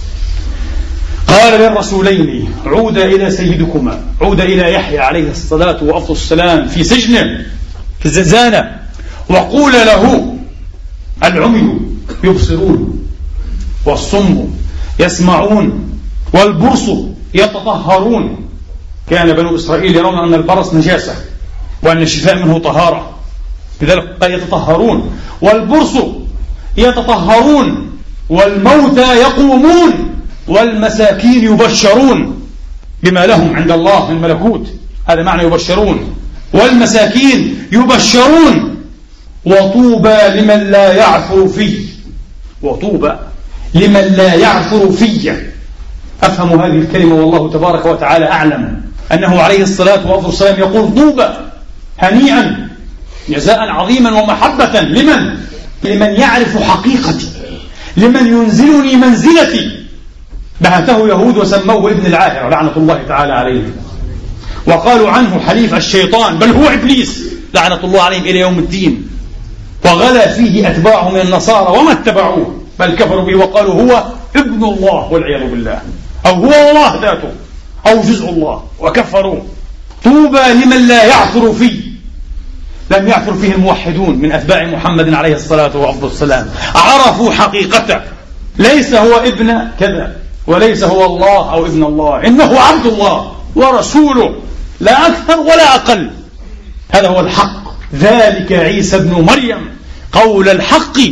قال للرسولين: عودا إلى سيدكما، عودا إلى يحيى عليه الصلاة والسلام في سجنه في الزنزانة، وقول له: العمي يبصرون، والصم يسمعون، والبرص يتطهرون. كان بنو إسرائيل يرون أن البرص نجاسة وأن الشفاء منه طهارة، لذلك قال يتطهرون. والبرص يتطهرون، والموتى يقومون، والمساكين يبشرون بما لهم عند الله من ملكوت. هذا معنى يبشرون. والمساكين يبشرون. وطوبى لمن لا يعثر فيه، وطوبى لمن لا يعثر فيه. أفهم هذه الكلمة والله تبارك وتعالى أعلم، أنه عليه الصلاة والسلام يقول: طوبى، هنيئا، جزاء عظيما ومحبة. لمن يعرف حقيقتي، لمن ينزلني منزلتي. بهته يهود وسموه ابن العاهرة لعنة الله تعالى عليهم، وقالوا عنه حليف الشيطان، بل هو إبليس لعنة الله عليهم إلى يوم الدين. وغلا فيه أتباعه من النصارى وما اتبعوه، بل كفروا به وقالوا هو ابن الله والعياذ بالله، أو هو الله ذاته، أو جزء الله، وكفروا. طوبى لمن لا يعثر فيه. لم يعثر فيه الموحدون من أتباع محمد عليه الصلاة والسلام، عرفوا حقيقته. ليس هو ابن كذا، وليس هو الله أو ابن الله، إنه عبد الله ورسوله، لا أكثر ولا أقل. هذا هو الحق. ذلك عيسى ابن مريم قول الحق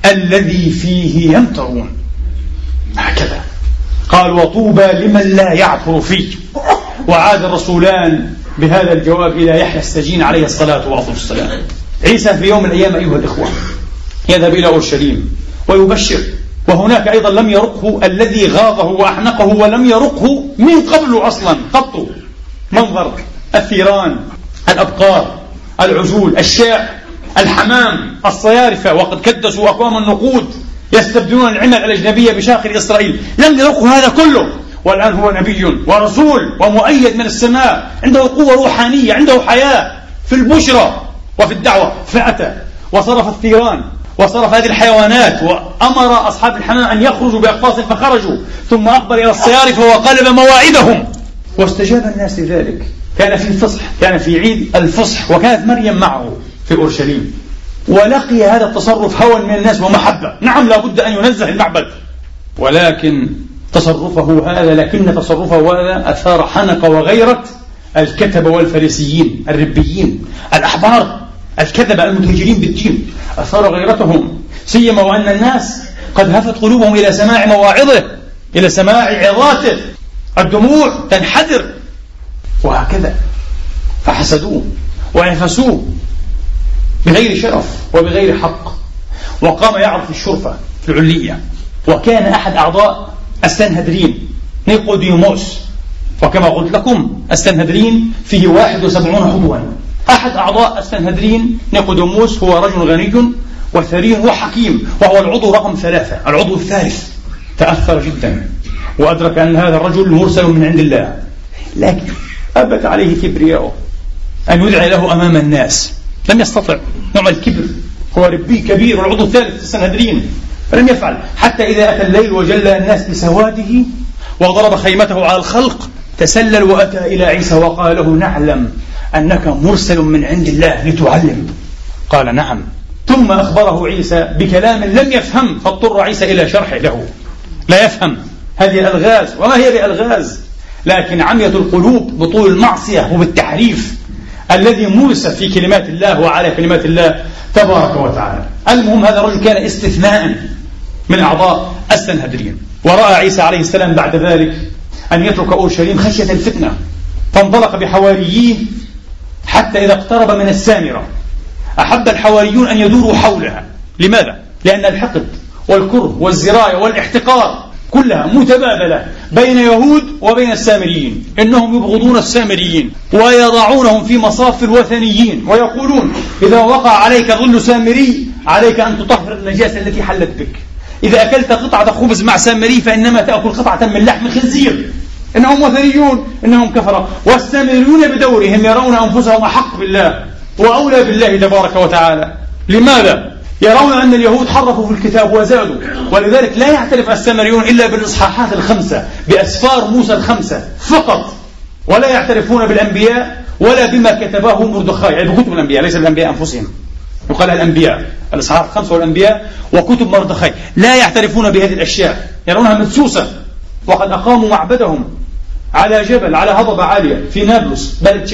الذي فيه يمترون. هكذا قال: وطوبى لمن لا يعثر فيه. وعاد الرسولان بهذا الجواب إلى يحيى السجين عليه الصلاة والسلام. عيسى في يوم من الأيام أيها الإخوة يذهب إلى أورشليم ويبشر، وهناك أيضا لم يرقه الذي غاضه وأحنقه ولم يرقه من قبل أصلا قط، منظر الثيران، الأبقار، العجول، الشاء، الحمام، الصيارفة، وقد كدسوا أكوام النقود يستبدلون العمل الأجنبية بشاقل إسرائيل. لم يرقه هذا كله، والآن هو نبي ورسول ومؤيد من السماء، عنده قوة روحانية، عنده حياة في البشرى وفي الدعوة. فأتى وصرف الثيران وصرف هذه الحيوانات وأمر أصحاب الحمام أن يخرجوا بأقفاص فخرجوا، ثم أقبل إلى الصيارفة وقلب مواعيدهم، واستجاب الناس لذلك. كان في الفصح، كان في عيد الفصح، وكانت مريم معه في أورشليم، ولقي هذا التصرف هوى من الناس ومحبة. نعم لا بد أن ينزه المعبد، ولكن تصرفه هذا أثار حنق وغيرة الكتبة والفريسيين الربيين الأحبار الكذبة المتهجرين بالدين، أثار غيرتهم، سيما وأن الناس قد هفت قلوبهم إلى سماع مواعظه، إلى سماع عظاته، الدموع تنحدر وهكذا، فحسدوه وانفسوه بغير شرف وبغير حق. وقام يعرض في الشرفة في العلية، وكان أحد أعضاء السنهدرين نيقوديموس، وكما قلت لكم السنهدرين فيه 71 عضوا. أحد أعضاء السنهدرين نيقوديموس هو رجل غني وثري وحكيم، وهو العضو رقم 3، العضو الثالث. تأثر جدا وأدرك أن هذا الرجل مرسل من عند الله، لكن أبت عليه كبرياؤه أن يدعي له أمام الناس، لم يستطع، نوع الكبر، هو ربي كبير والعضو الثالث في السنهدرين، فلم يفعل. حتى إذا أتى الليل وجلى الناس بسواده وضرب خيمته على الخلق، تسلل وأتى إلى عيسى وقال له: نعلم أنك مرسل من عند الله لتعلم. قال: نعم. ثم أخبره عيسى بكلام لم يفهم، فاضطر عيسى إلى شرحه له، لا يفهم هذه الألغاز، وما هي بألغاز، لكن عمية القلوب بطول المعصية وبالتحريف الذي مورس في كلمات الله وعلى كلمات الله تبارك وتعالى. المهم هذا الرجل كان استثناء من أعضاء السنهدرين. ورأى عيسى عليه السلام بعد ذلك أن يترك أورشليم خشية الفتنة، فانطلق بحوارييه حتى إذا اقترب من السامرة أحب الحواريون أن يدوروا حولها. لماذا؟ لأن الحقد والكره والزراية والاحتقار كلها متبادلة بين يهود وبين السامريين، إنهم يبغضون السامريين ويضعونهم في مصاف الوثنيين، ويقولون: إذا وقع عليك ظل سامري عليك أن تطهر النجاسة التي حلت بك. إذا أكلت قطعة خبز مع سامري فإنما تأكل قطعة من لحم خنزير. إنهم وثنيون، إنهم كفرة. والسامريون بدورهم يرون أنفسهم أحق بالله وأولى بالله تبارك وتعالى. لماذا؟ يرون أن اليهود حرفوا في الكتاب وزادوا، ولذلك لا يعترف السامريون إلا بالإصحاحات 5 بأسفار موسى 5 فقط، ولا يعترفون بالأنبياء ولا بما كتبه مردخاي، يعني بكتب الأنبياء، ليس الأنبياء أنفسهم، يقال الأنبياء، الإصحاح 5 والأنبياء وكتب مردخاي، لا يعترفون بهذه الأشياء، يرونها مدسوسة. وقد أقاموا معبدهم على جبل، على هضبة عالية في نابلس، بلد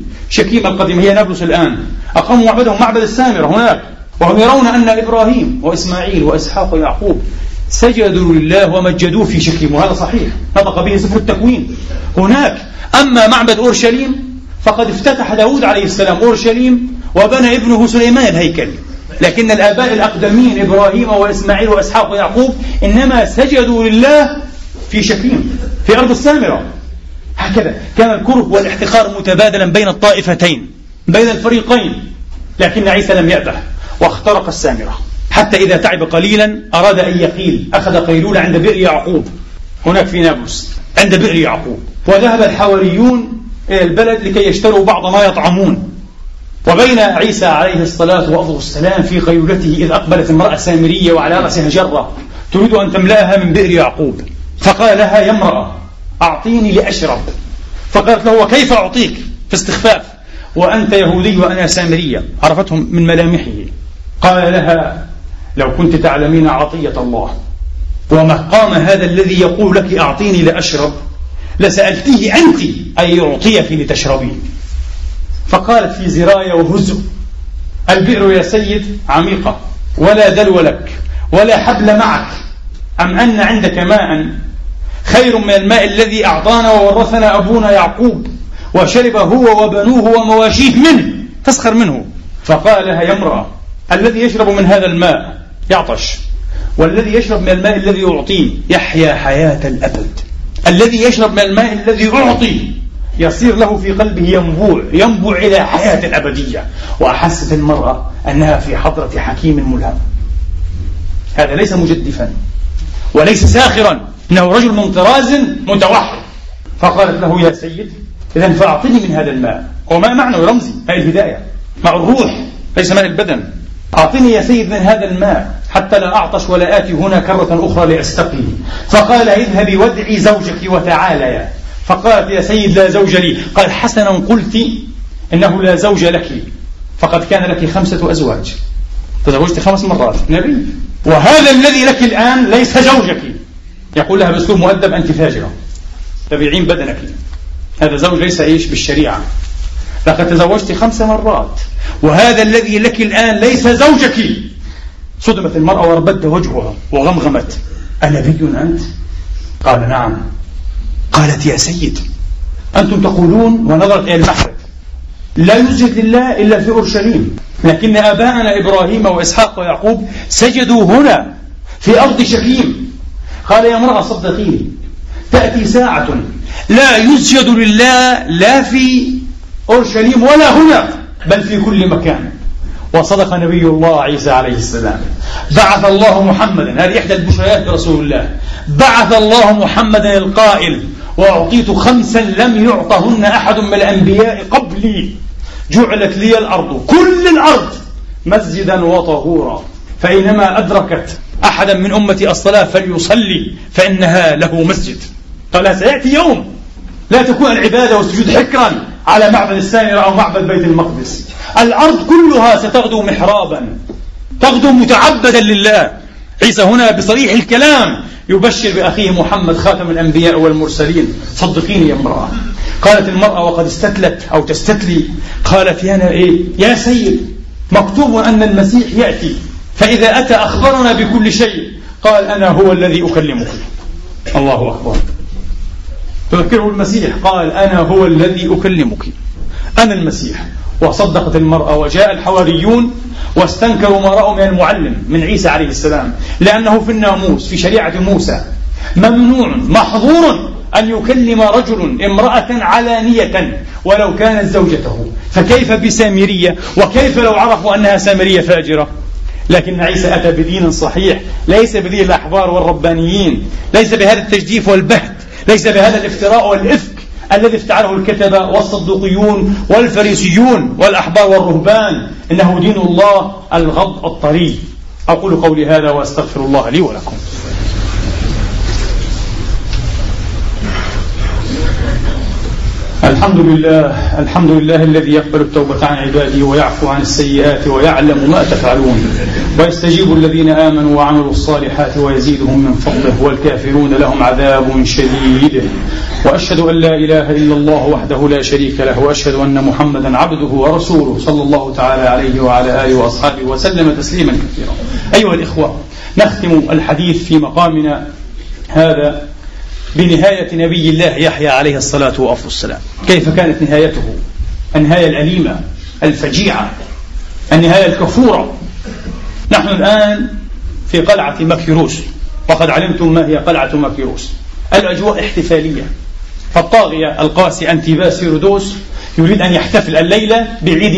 شكيم القديم، هي نابلس الآن. أقاموا معبدهم، معبد السامرة هناك، وهم يرون أن إبراهيم وإسماعيل وإسحاق ويعقوب سجدوا لله ومجدوه في شكيم، وهذا صحيح، نطق به سفر التكوين هناك. أما معبد أورشليم فقد افتتح داود عليه السلام أورشليم وبنى ابنه سليمان الهيكل، لكن الآباء الأقدمين إبراهيم وإسماعيل وإسحاق ويعقوب إنما سجدوا لله في شكيم في أرض السامرة. هكذا كان الكره والاحتقار متبادلا بين الطائفتين، بين الفريقين، لكن عيسى لم يأبه واخترق السامرة، حتى إذا تعب قليلا أراد أن يقيل، أخذ قيلولة عند بئر يعقوب هناك في نابلس، عند بئر يعقوب. وذهب الحواريون إلى البلد لكي يشتروا بعض ما يطعمون. وبين عيسى عليه الصلاة والسلام في قيلولته إذ أقبلت امرأة سامرية وعلى رأسها جرة تريد أن تملأها من بئر يعقوب، فقال لها: يا امرأة أعطيني لأشرب. فقالت له: وكيف أعطيك؟ في استخفاف، وأنت يهودي وأنا سامرية، عرفتهم من ملامحه. قال لها: لو كنت تعلمين عطية الله ومقام هذا الذي يقول لك أعطيني لأشرب لسألتيه أنت أن يعطيك لتشربي. فقالت في زراية وهزء: البئر يا سيد عميقة ولا دلو لك ولا حبل معك، أم أن عندك ماء خير من الماء الذي أعطانا وورثنا أبونا يعقوب وشرب هو وبنوه ومواشيه منه، تسخر منه. فقال لها يا امرأة، الذي يشرب من هذا الماء يعطش، والذي يشرب من الماء الذي أعطيه يحيا حياة الأبد. الذي يشرب من الماء الذي أعطي يصير له في قلبه ينبوع إلى حياة الأبدية. وأحست المرأة أنها في حضرة حكيم ملهم، هذا ليس مجدفا وليس ساخرا، إنه رجل من طراز متوحد. فقالت له يا سيد إذن فأعطني من هذا الماء، وما معنى رمزي، هذه الهداية، ماء الروح ليس ماء البدن. أعطني يا سيد من هذا الماء حتى لا أعطش ولا آتي هنا كرة أخرى لأستقي. فقال اذهبي وادعي زوجك وتعاليا. فقالت يا سيد لا زوج لي. قال حسنا قلت إنه لا زوج لك، فقد كان لك 5 أزواج، تزوجت 5 مرات نبي، وهذا الذي لك الآن ليس زوجك. يقول لها بأسلوب مؤدب أنت فاجرة تبيعين بدنك، هذا زوج ليس إيش بالشريعة، لقد تزوجت 5 مرات وهذا الذي لك الآن ليس زوجك. صدمت المرأة وربت وجهها وغمغمت أنبي أنت؟ قال نعم. قالت يا سيد أنتم تقولون، ونظرت إلى المحرق، لا يسجد لله إلا في أورشليم، لكن آباءنا إبراهيم وإسحاق ويعقوب سجدوا هنا في أرض شكيم. قال يا امرأة صدقيني، تأتي ساعة لا يسجد لله لا في أورشليم ولا هنا بل في كل مكان. وصدق نبي الله عيسى عليه السلام. بعث الله محمدا، هذه إحدى البشريات برسول الله، بعث الله محمدا القائل وأعطيت 5 لم يعطهن أحد من الأنبياء قبلي، جعلت لي الأرض كل الأرض مسجدا وطهورا، فإنما أدركت أحدا من أمتي الصلاة فليصلي فإنها له مسجد. قال سيأتي يوم لا تكون العبادة والسجود حكرا على معبد السامرة أو معبد بيت المقدس، الأرض كلها ستغدو محرابا، تغدو متعبدا لله. عيسى هنا بصريح الكلام يبشر بأخيه محمد خاتم الأنبياء والمرسلين. صدقيني يا امرأة. قالت المرأة وقد استتلت أو تستتلي، قالت يا سيد مكتوب أن المسيح يأتي، فإذا أتى أخبرنا بكل شيء. قال أنا هو الذي أكلمك. الله أكبر. تذكره المسيح، قال أنا هو الذي أكلمك، أنا المسيح. وصدقت المرأة وجاء الحواريون واستنكروا ما رأوا من المعلم من عيسى عليه السلام، لأنه في الناموس في شريعة موسى ممنوع محظور أن يكلم رجل امرأة علانية ولو كانت زوجته، فكيف بسامرية؟ وكيف لو عرفوا أنها سامرية فاجرة؟ لكن عيسى أتى بدين صحيح، ليس بدين الأحبار والربانيين، ليس بهذا التجديف والبهت، ليس بهذا الافتراء والإفك الذي افتعله الكتبة والصدوقيون والفريسيون والأحبار والرهبان. إنه دين الله الغض الطري. أقول قولي هذا وأستغفر الله لي ولكم. الحمد لله الذي يقبل التوبة عن عباده ويعفو عن السيئات ويعلم ما تفعلون، ويستجيب الذين آمنوا وعملوا الصالحات ويزيدهم من فضله، والكافرون لهم عذاب شديد. وأشهد أن لا إله إلا الله وحده لا شريك له، وأشهد أن محمدا عبده ورسوله صلى الله تعالى عليه وعلى آله وأصحابه وسلم تسليما كثيرا. أيها الإخوة، نختم الحديث في مقامنا هذا بنهاية نبي الله يحيى عليه الصلاة والسلام. كيف كانت نهايته؟ النهاية الأليمة الفجيعة، النهاية الكفورة. نحن الآن في قلعة مكيروس، وقد علمتم ما هي قلعة مكيروس. الأجواء احتفالية، فالطاغية القاسي أنتيباس هيرودوس يريد أن يحتفل الليلة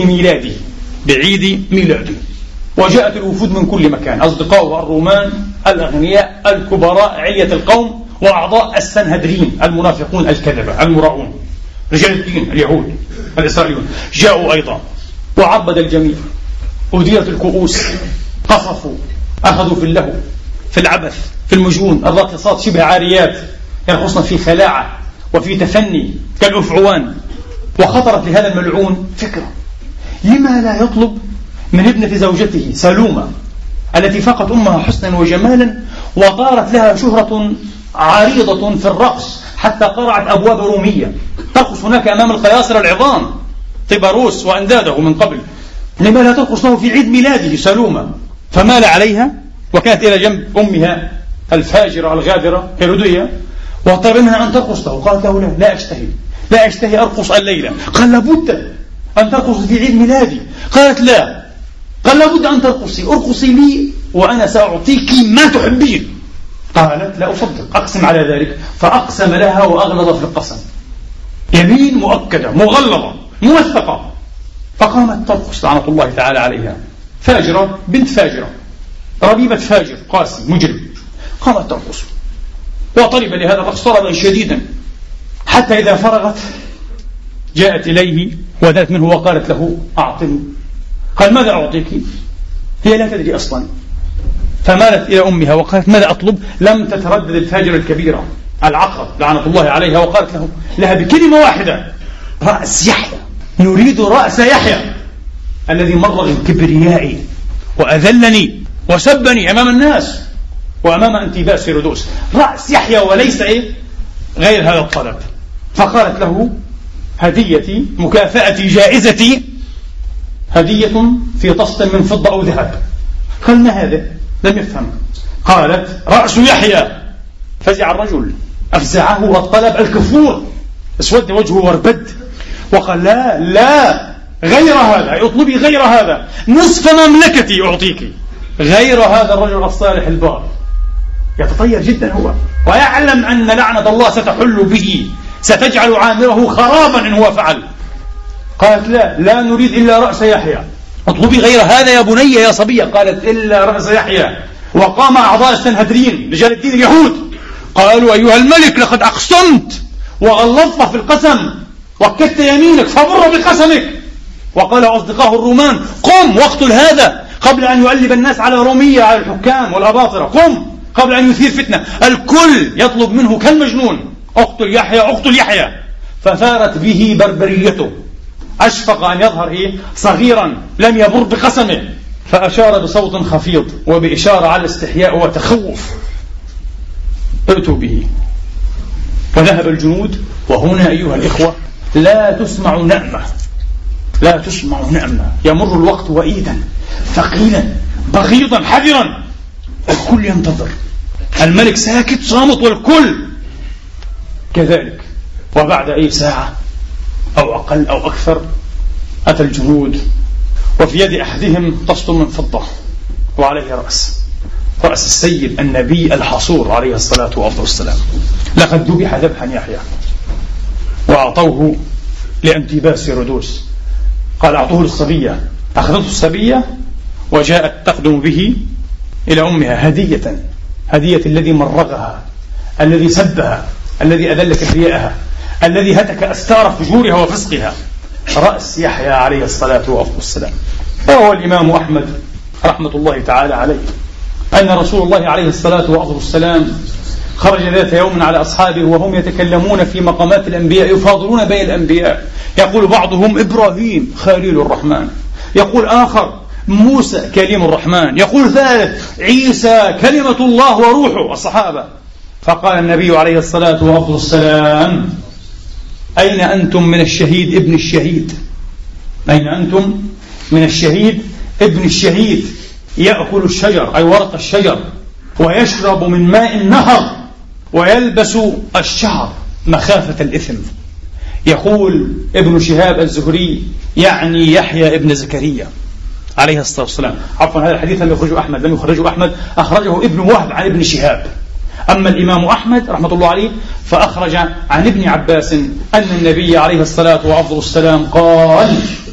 بعيد ميلاده. وجاءت الوفود من كل مكان، أصدقاؤه الرومان الأغنياء الكبراء علية القوم، وأعضاء السنهدرين المنافقون الكذبة المراؤون، رجال الدين اليهود الإسرائيليون جاءوا أيضا، وعبد الجميع. أديرت الكؤوس، قصفوا، أخذوا في اللهو، في العبث، في المجون، الراقصات شبه عاريات يرقصن في خلاعة وفي تفني كالأفعوان. وخطرت لهذا الملعون فكرة، لما لا يطلب من ابنة زوجته سلومة التي فقط أمها حسنا وجمالا، وطارت لها شهرة عريضة في الرقص حتى قرعت أبواب رومية، ترقص هناك أمام القياصرة العظام طبروس وأنداده من قبل. لما لا ترقص له في عيد ميلاده سلومة؟ فمال عليها وكانت إلى جنب أمها الفاجرة الغادرة هيرودية، وطلب منها أن ترقص له. قالت له لا أشتهي أرقص الليلة. قال لابد أن ترقص في عيد ميلادي. قالت لا. قال لابد أن ارقصي لي وأنا سأعطيك ما تحبين. قالت لا أصدق، أقسم على ذلك. فأقسم لها وأغلظ في القسم، يمين مؤكدة مغلظة موثقة. فقامت ترقص لعنة الله تعالى عليها، فاجرة بنت فاجرة، ربيبة فاجر قاسي مجرم. قامت ترقص وطلب لهذا الرقص طلبا شديدا، حتى إذا فرغت جاءت إليه ودنت منه وقالت له أعطني. قال ماذا أعطيك؟ هي لا تدري أصلا، فمالت إلى أمها وقالت ماذا أطلب؟ لم تتردد الفاجرة الكبيرة العقرب لعنة الله عليها، وقالت لها بكلمة واحدة: رأس يحيى، نريد رأس يحيى الذي مر بالكبرياء وأذلني وسبني أمام الناس وأمام أنتباس هيرودوس. رأس يحيى وليس غير هذا الطلب. فقالت له: هديتي، مكافأتي، جائزتي، هدية في طست من فضة أو ذهب. قال ما هذا؟ لم يفهم. قالت: رأس يحيى. فزع الرجل، أفزعه الطلب الكفور، اسود وجهه واربد، وقال: لا غير هذا، اطلبي غير هذا، نصف مملكتي أعطيك. غير هذا الرجل الصالح البار يتطير جدا هو، ويعلم أن لعنة الله ستحل به، ستجعل عامره خرابا إن هو فعل. قالت: لا نريد إلا رأس يحيى. اطلبي غير هذا يا بني يا صبية. قالت: إلا رأس يحيى. وقام أعضاء السنهدرين رجال الدين اليهود قالوا: أيها الملك، لقد أقسمت وغلظت في القسم، وكدت يمينك فبر بقسمك. وقال أصدقائه الرومان: قم واقتل هذا قبل أن يؤلب الناس على رومية، على الحكام والأباطرة، قم قبل أن يثير فتنة. الكل يطلب منه كالمجنون: اقتل يحيى، اقتل يحيى. فثارت به بربريته، أشفق أن يظهر صغيرا لم يبر بقسمه، فأشار بصوت خفيض وبإشارة على استحياء وتخوف: ائتوا به. وذهب الجنود. وهنا أيها الإخوة لا تسمع نعمة، يمر الوقت وإيدا ثقيلا بغيضا حذرا، الكل ينتظر، الملك ساكت صامت والكل كذلك. وبعد ساعة أو أقل أو أكثر أتى الجنود، وفي يد أحدهم طست من فضة وعليه رأس السيد النبي الحصور عليه الصلاة والسلام. لقد ذبح ذبحا يحيى. وأعطوه لأنتباس هيرودوس، قال: أعطوه للصبية. أخذته الصبية وجاءت تقدم به إلى أمها هدية الذي مرغها، الذي سبها، الذي أذل كبرياءها، الذي هتك أستار فجورها وفسقها، رأس يحيى عليه الصلاة والسلام. وهو الإمام أحمد رحمة الله تعالى عليه أن رسول الله عليه الصلاة والسلام خرج ذات يوم على أصحابه وهم يتكلمون في مقامات الأنبياء، يفاضلون بين الأنبياء، يقول بعضهم: إبراهيم خليل الرحمن، يقول آخر: موسى كليم الرحمن، يقول ثالث: عيسى كلمة الله وروحه. الصحابة. فقال النبي عليه الصلاة والسلام: أين أنتم من الشهيد ابن الشهيد؟ أين أنتم من الشهيد ابن الشهيد؟ يأكل الشجر أي ورق الشجر، ويشرب من ماء النهر، ويلبس الشعر مخافة الإثم. يقول ابن شهاب الزهري يعني يحيى ابن زكريا عليه الصلاة والسلام. عفوا، هذا الحديث لم يخرجه أحمد، أخرجه ابن وهب عن ابن شهاب. أما الإمام أحمد رحمة الله عليه فأخرج عن ابن عباس أن النبي عليه الصلاة والسلام قال: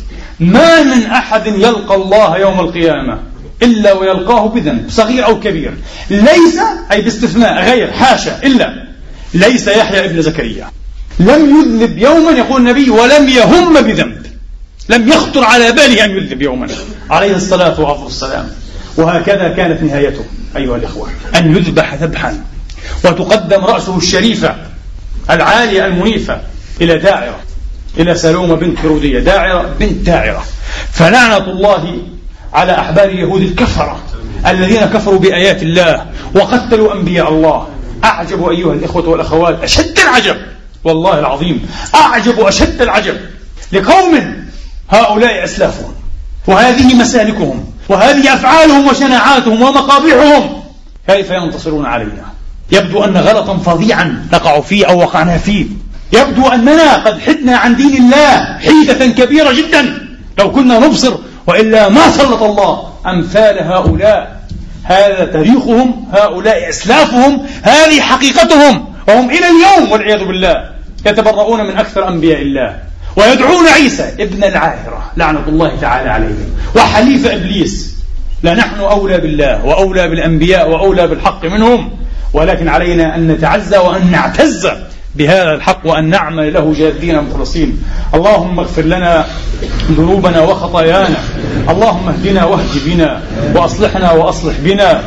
ما من أحد يلقى الله يوم القيامة إلا ويلقاه بذنب صغير أو كبير، ليس أي باستثناء غير حاشا إلا ليس يحيى ابن زكريا، لم يذنب يوما يقول النبي ولم يهم بذنب، لم يخطر على باله أن يذنب يوما عليه الصلاة والسلام. وهكذا كانت نهايته أيها الإخوة، أن يذبح ذبحا وتقدم رأسه الشريفة العالية المنيفة إلى داعرة، إلى سلومة بنت هيرودية، داعرة بنت داعرة. فلعنة الله على أحبار اليهود الكفرة الذين كفروا بآيات الله وقتلوا أنبياء الله. أعجب أيها الإخوة والأخوات، أشد العجب والله العظيم، أعجب أشد العجب لقوم هؤلاء أسلافهم وهذه مسالكهم وهذه أفعالهم وشناعاتهم ومقابحهم، كيف ينتصرون علينا؟ يبدو أن غلطا فظيعا نقع فيه أو وقعنا فيه. يبدو أننا قد حدنا عن دين الله حيدة كبيرة جدا لو كنا نبصر، وإلا ما سلط الله أمثال هؤلاء. هذا تاريخهم، هؤلاء إسلافهم، هذه حقيقتهم، وهم إلى اليوم والعياذ بالله يتبرؤون من أكثر أنبياء الله ويدعون عيسى ابن العاهرة لعنة الله تعالى عليه وحليف إبليس. لا نحن أولى بالله وأولى بالأنبياء وأولى بالحق منهم، ولكن علينا أن نتعزى وأن نعتز بهذا الحق وأن نعمل له جادين مخلصين. اللهم اغفر لنا ذنوبنا وخطايانا، اللهم اهدنا واهد بنا، وأصلحنا وأصلح بنا.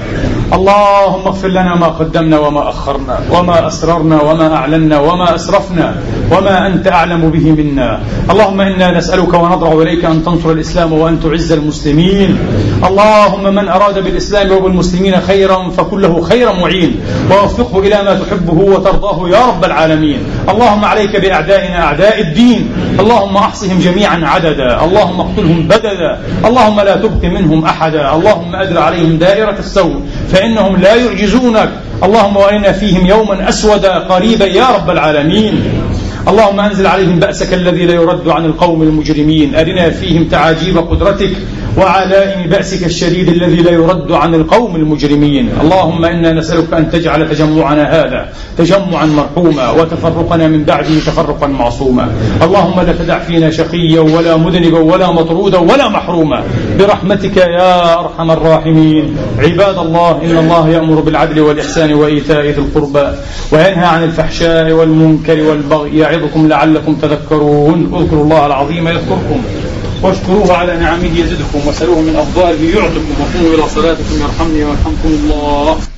اللهم اغفر لنا ما قدمنا وما أخرنا، وما أسررنا وما أعلنا وما أسرفنا، وما أنت أعلم به منا. اللهم إنا نسألك ونضرع إليك أن تنصر الإسلام وأن تعز المسلمين. اللهم من أراد بالإسلام وبالمسلمين خيرا فكله خيرا معين، ووفقه إلى ما تحبه وترضاه يا رب العالمين. اللهم عليك بأعدائنا أعداء الدين، اللهم أحصهم جميعا عددا، اللهم اقتلهم بددا، اللهم لا تبق منهم أحدا، اللهم أدر عليهم دائرة السوء فإنهم لا يعجزونك. اللهم وإنا فيهم يوما أسودا قريبا يا رب العالمين. اللهم أنزل عليهم بأسك الذي لا يرد عن القوم المجرمين، أرنا فيهم تعاجيب قدرتك وعلائم بأسك الشديد الذي لا يرد عن القوم المجرمين. اللهم إنا نسألك أن تجعل تجمعنا هذا تجمعا مرحوما، وتفرقنا من بعده تفرقا معصوما. اللهم لا تدع فينا شقيا ولا مذنبا ولا مطرودا ولا محروما برحمتك يا أرحم الراحمين. عباد الله، إن الله يأمر بالعدل والإحسان وإيتاء ذي القربى وينهى عن الفحشاء والمنكر والبغي يعظكم لعلكم تذكرون. اذكروا الله العظيم يذكركم، واشكروه على نعمه يزدكم، وسألوه من أفضاله يعطكم، وقوموا إلى صلاتكم يرحمني ويرحمكم الله.